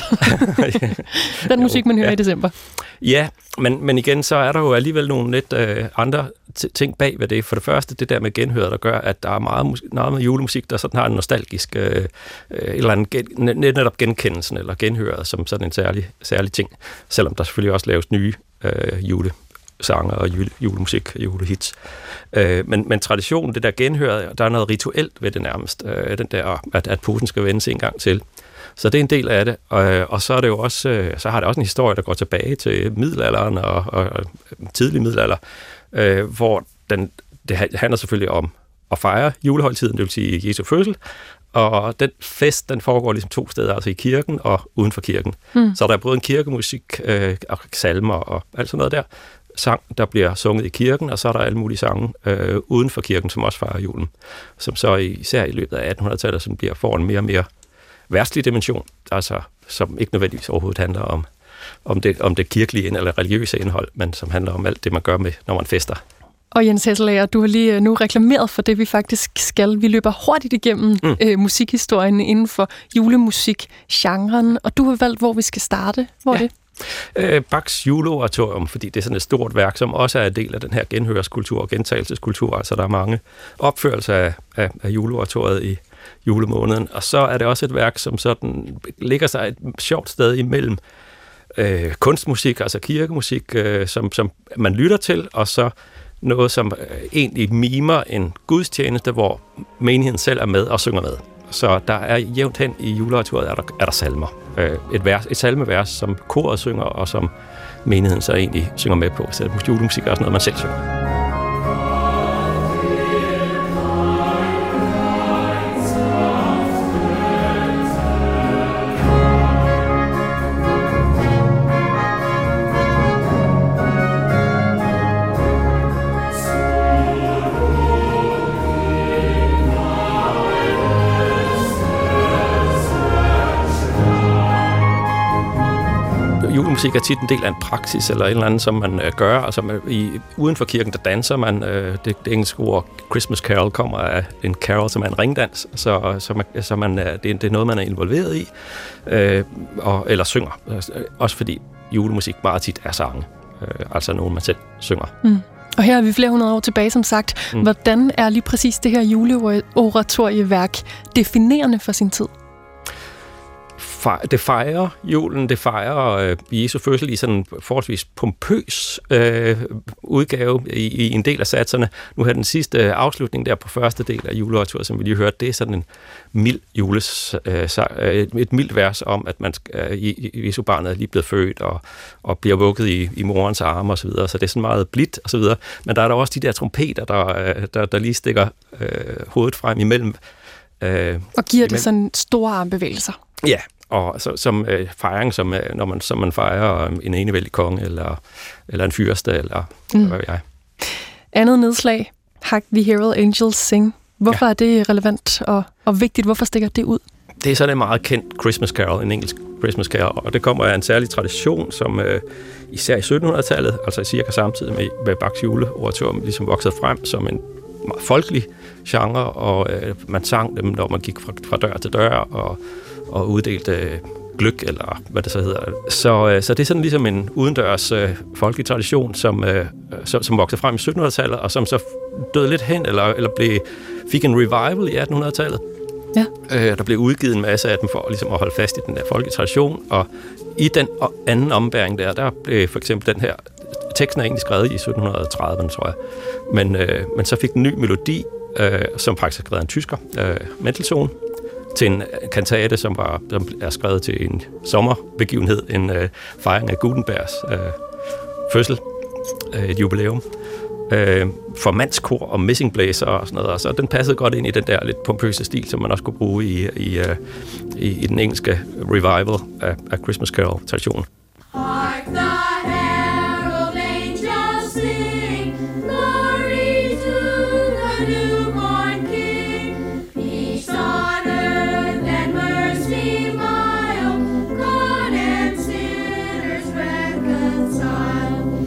Speaker 2: Den musik, man hører ja. i december.
Speaker 8: Ja, men, men igen, så er der jo alligevel nogle lidt øh, andre t- ting bag ved det. For det første, det der med genhøret, der gør, at der er meget, mus- meget med julemusik, der sådan har en nostalgisk, øh, eller en gen- netop genkendelsen, eller genhøret, som sådan en særlig, særlig ting. Selvom der selvfølgelig også laves nye øh, jule sanger og jule, julemusik, julehits. Øh, men, men traditionen, det der genhøret, der er noget rituelt ved det nærmest. Øh, den der, at, at posen skal vendes en gang til. Så det er en del af det. Og, og så er det jo også, øh, så har det også en historie, der går tilbage til middelalderen og, og, og tidlig middelalder, øh, hvor den, det handler selvfølgelig om at fejre julehøjtiden, det vil sige Jesu fødsel. Og den fest, den foregår ligesom to steder, altså i kirken og uden for kirken. Mm. Så der er både en kirkemusik øh, og salmer og alt sådan noget der, sang, der bliver sunget i kirken, og så er der alle mulige sange øh, uden for kirken, som også fejrer julen, som så især i løbet af attenhundredetallet, som bliver får en mere og mere verdslig dimension, altså som ikke nødvendigvis overhovedet handler om, om, det, om det kirkelige eller religiøse indhold, men som handler om alt det, man gør med, når man fester.
Speaker 2: Og Jens Hesselager, du har lige nu reklameret for det, vi faktisk skal. Vi løber hurtigt igennem mm. øh, musikhistorien inden for julemusik-genren, og du har valgt, hvor vi skal starte. Hvor ja. er det?
Speaker 8: Øh, Bachs juleoratorium, fordi det er sådan et stort værk, som også er en del af den her genhørskultur og gentagelseskultur. Altså der er mange opførelser af, af, af juleoratoriet i julemåneden. Og så er det også et værk, som sådan ligger sig et sjovt sted imellem øh, kunstmusik, altså kirkemusik, øh, som, som man lytter til, og så noget, som øh, egentlig mimer en gudstjeneste, hvor menigheden selv er med og synger med. Så der er jævnt hen i juleoratoriet, er der, er der salmer. Øh, et, vers, et salmevers, som koret synger, og som menigheden så egentlig synger med på. Så julemusik er også noget, man selv synger. Julemusik er tit en del af en praksis eller en eller anden, som man øh, gør. Altså, man, i, uden for kirken, der danser man. Øh, det, det engelske ord Christmas Carol kommer af en carol, som er en ringdans. Så, så, man, så man, det, det er noget, man er involveret i. Øh, og, eller synger. Også fordi julemusik meget tit er sange. Øh, altså nogen, man selv synger. Mm.
Speaker 2: Og her er vi flere hundrede år tilbage, som sagt. Mm. Hvordan er lige præcis det her juleoratorieværk definerende for sin tid?
Speaker 8: Det fejrer julen, det fejrer øh, Jesu fødsel i sådan en forholdsvis pompøs øh, udgave i, i en del af satserne. Nu her den sidste øh, afslutning der på første del af juleoratoriet, som vi lige hørte, det er sådan en mild jules, øh, et, et mildt vers om, at man øh, Jesu barnet er lige blevet født og, og bliver vugget i, i morens arme og så videre. Så det er sådan meget blidt og så videre. Men der er der også de der trompeter, der, der, der lige stikker øh, hovedet frem imellem. Øh,
Speaker 2: og giver
Speaker 8: imellem.
Speaker 2: det sådan store armbevægelser.
Speaker 8: Ja. Og så, som øh, fejring, som, øh, når man, som man fejrer en enevældig konge, eller, eller en fyrste, eller mm. hvad ved jeg.
Speaker 2: Andet nedslag, Hark the Herald Angels Sing. Hvorfor ja. er det relevant og, og vigtigt? Hvorfor stikker det ud?
Speaker 8: Det er sådan en meget kendt Christmas Carol, en engelsk Christmas Carol, og det kommer af en særlig tradition, som øh, især i syttenhundredetallet, altså cirka samtidig med, med Bachs juleoratorium, ligesom voksede frem som en meget folkelig genre, og øh, man sang dem, når man gik fra, fra dør til dør, og og uddelte øh, gløgg, eller hvad det så hedder. Så, øh, så det er sådan ligesom en udendørs øh, folkelig tradition, som, øh, som, som voksede frem i syttenhundredetallet, og som så døde lidt hen, eller, eller blev, fik en revival i attenhundredetallet.
Speaker 2: Ja.
Speaker 8: Øh, der blev udgivet en masse af dem for ligesom at holde fast i den der folkelige tradition, og i den anden ombæring der, der blev for eksempel den her, teksten er egentlig skrevet i sytten tredive, tror jeg, men, øh, men så fik den en ny melodi, øh, som faktisk er skrevet af en tysker, øh, Mendelssohn, til en kantate, som, var, som er skrevet til en sommerbegivenhed, en øh, fejring af Gutenbergs øh, fødsel, øh, et jubilæum, øh, for mandskor og messingblæser og sådan noget. Og så den passede godt ind i den der lidt pompøse stil, som man også kunne bruge i, i, øh, i, i den engelske revival af, af Christmas Carol-traditionen.
Speaker 9: Hark the herald angels sing, glory to the newborn King. Peace on earth and mercy mild, God and sinners reconciled.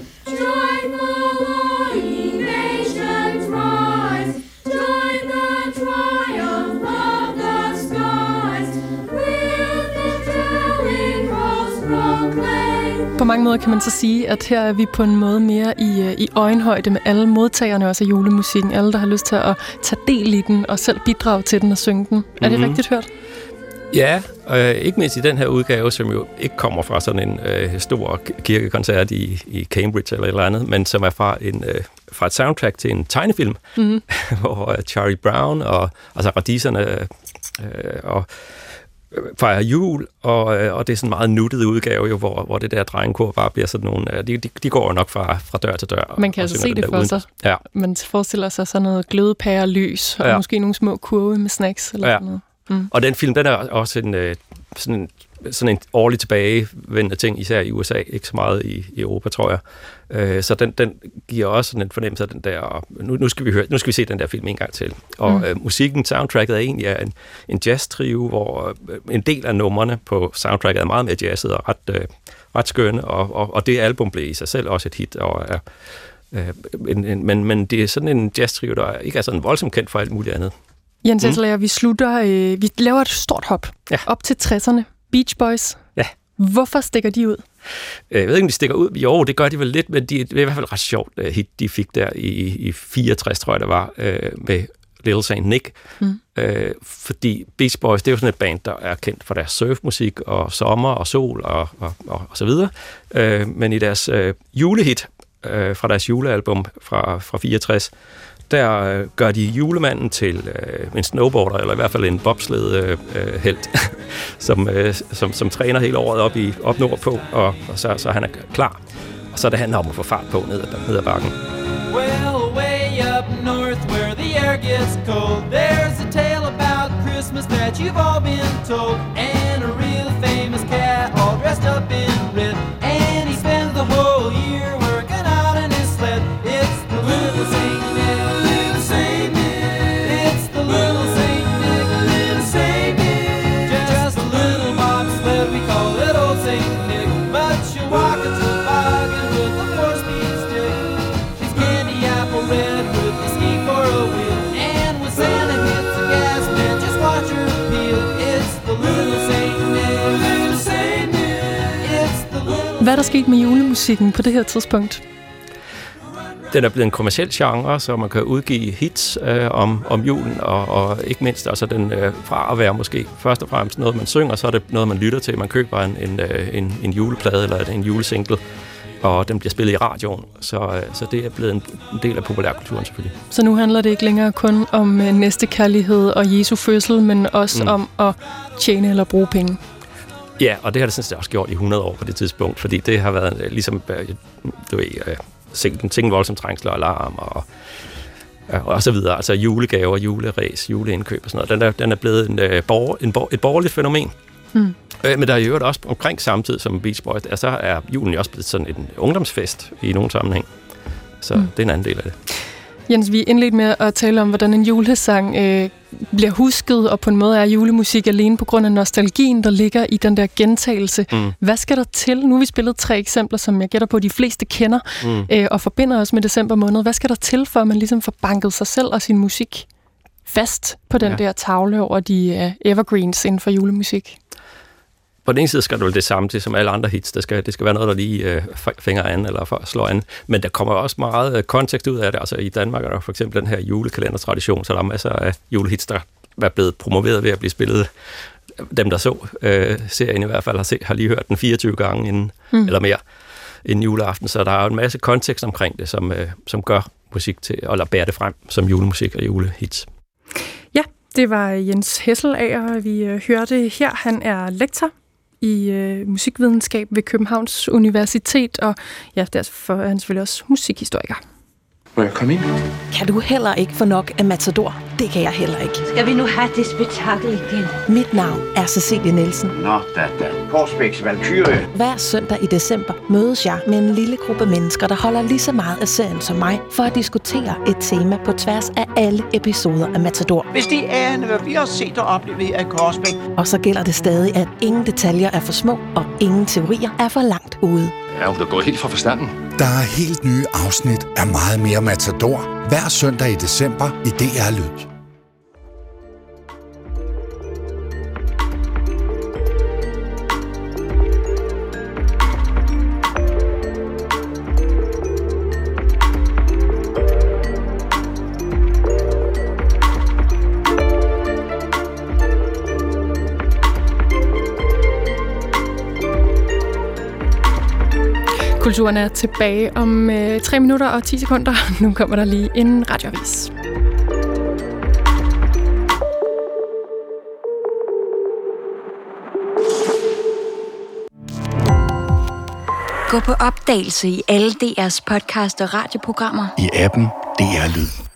Speaker 9: Joyful all ye nations rise, join the triumph of the skies, with the telling rolls proclaim.
Speaker 2: På mange måder kan man så sige, at her er vi på en måde mere i, i øjenhøjde med alle modtagerne også af julemusikken. Alle, der har lyst til at tage del i den og selv bidrage til den og synge den. Mm-hmm. Er det rigtigt hørt?
Speaker 8: Ja, øh, ikke mindst i den her udgave, som jo ikke kommer fra sådan en øh, stor kirkekoncert i, i Cambridge eller et eller andet, men som er fra, en, øh, fra et soundtrack til en tegnefilm, mm-hmm. hvor øh, Charlie Brown og altså radiserne øh, og fejrer jul, og, og det er sådan en meget nuttet udgave, jo, hvor, hvor det der drengekor bare bliver sådan nogle... De, de, de går jo nok fra, fra dør til dør.
Speaker 2: Man kan altså se det for uden. sig.
Speaker 8: Ja.
Speaker 2: Man forestiller sig sådan noget glødepære lys, og ja. måske nogle små kurve med snacks eller
Speaker 8: ja.
Speaker 2: sådan noget. Mm.
Speaker 8: Og den film, den er også en, sådan en, sådan en årligt tilbagevendende ting, især i U S A, ikke så meget i, i Europa, tror jeg. Så den, den giver også sådan en fornemmelse af den der, nu, nu, skal vi høre, nu skal vi se den der film en gang til. Og mm. øh, musikken, soundtracket er egentlig en, en jazz-trio, hvor en del af numrene på soundtracket er meget mere jazzet og ret, øh, ret skønne, og, og, og det album blev i sig selv også et hit, og er, øh, en, en, men, men det er sådan en jazz-trio, der ikke er sådan voldsomt kendt for alt muligt andet.
Speaker 2: Jens Esselager, mm. vi slutter, øh, vi laver et stort hop
Speaker 8: ja.
Speaker 2: op til tresserne. Beach Boys.
Speaker 8: Ja.
Speaker 2: Hvorfor stikker de ud?
Speaker 8: Jeg ved ikke, om de stikker ud. Jo, det gør de vel lidt, men de, det er i hvert fald ret sjovt hit, de fik der i, i fireogtres, tror jeg, der var, øh, med Little Saint Nick. Mm. Øh, fordi Beach Boys, det er jo sådan et band, der er kendt for deres surfmusik og sommer og sol og, og, og, og så videre. Øh, men i deres øh, julehit, øh, fra deres julealbum fra, fra fireogtres, der øh, gør de julemanden til øh, en snowboarder, eller i hvert fald en bobsled øh, helt, som, øh, som, som træner hele året op, i, op nordpå, og, og så, så han er klar. Og så er det handler om at få fart på ned, ned ad bakken.
Speaker 10: Well, way up north where the air gets cold, there's a tale about Christmas that you've all been told, and a real famous cat all dressed up in red, and he spends the whole year working out in his sled. It's the little Saint Nick, little Saint Nick. It's the little Saint Nick, little Saint Nick. Just a little bobsled, we call it old Saint Nick, but you walk into the bargain with a four-speed stick. She's candy apple red with the ski for a wheel, and when Santa hits the gas, man, just watch her peel. It's the little Saint Nick, little Saint Nick. It's the little.
Speaker 2: Hvad er der sket med julemusikken på det her tidspunkt?
Speaker 8: Den er blevet en kommerciel genre, så man kan udgive hits øh, om, om julen, og, og ikke mindst altså den, øh, fra at være måske først og fremmest noget, man synger, så er det noget, man lytter til. Man køber en, en, en, en juleplade eller en julesingle, og den bliver spillet i radioen. Så, øh, så det er blevet en del af populærkulturen selvfølgelig.
Speaker 2: Så nu handler det ikke længere kun om øh, næstekærlighed og Jesu fødsel, men også mm. om at tjene eller bruge penge.
Speaker 8: Ja, og det har det sådan set også gjort i hundrede år på det tidspunkt, fordi det har været øh, ligesom, øh, du ved... Øh, en ting voldsomt trængsler og alarm og, og så videre. Altså julegaver, juleræs, juleindkøb og sådan noget. Den er, den er blevet en, uh, borger, en bor, et borgerligt fænomen. Mm. Øh, men der er jo også omkring samtidig som Beach Boys, så er julen jo også blevet sådan en ungdomsfest i nogen sammenhæng. Så mm. det er en anden del af det.
Speaker 2: Jens, vi indledte med at tale om, hvordan en julesang øh, bliver husket, og på en måde er julemusik alene på grund af nostalgien, der ligger i den der gentagelse. Mm. Hvad skal der til? Nu har vi spillet tre eksempler, som jeg gætter på, de fleste kender, mm. øh, og forbinder os med december måned. Hvad skal der til, for at man ligesom får banket sig selv og sin musik fast på den ja. der tavle over de uh, evergreens inden for julemusik?
Speaker 8: På den ene side skal du det samme til som alle andre hits. Det skal, det skal være noget, der lige øh, fænger an eller slår an. Men der kommer også meget øh, kontekst ud af det. Altså i Danmark er der for eksempel den her julekalendertradition, så der er masser af julehits, der er blevet promoveret ved at blive spillet. Dem, der så øh, serien i hvert fald, har, set, har lige hørt den fireogtyve gange inden, mm. eller mere inden juleaften. Så der er jo en masse kontekst omkring det, som, øh, som gør musik til, eller bærer det frem som julemusik og julehits.
Speaker 2: Ja, det var Jens Hesselager, vi øh, hørte her. Han er lektor i øh, musikvidenskab ved Københavns Universitet, og ja, derfor er han selvfølgelig også musikhistoriker.
Speaker 11: Må jeg komme ind?
Speaker 12: Kan du heller ikke få nok af Matador? Det kan jeg heller ikke.
Speaker 13: Skal vi nu have det spektakel igen?
Speaker 12: Mit navn er Cecilie Nielsen.
Speaker 11: Nå, da, da. Korsbæks Valkyrie.
Speaker 12: Hver søndag i december mødes jeg med en lille gruppe mennesker, der holder lige så meget af serien som mig, for at diskutere et tema på tværs af alle episoder af Matador.
Speaker 11: Hvis de aner, hvad vi har set og oplevet her i Korsbæk.
Speaker 12: Og så gælder det stadig, at ingen detaljer er for små, og ingen teorier er for langt ude.
Speaker 11: Ja, hun er gået helt fra forstanden.
Speaker 14: Der er helt nye afsnit af Meget mere Matador hver søndag i december i D R Lyd.
Speaker 2: Kulturen er tilbage om øh, tre minutter og ti sekunder. Nu kommer der lige en radioavis.
Speaker 15: Gå på opdagelse i alle D R's podcast og radioprogrammer.
Speaker 14: I appen D R Lyd.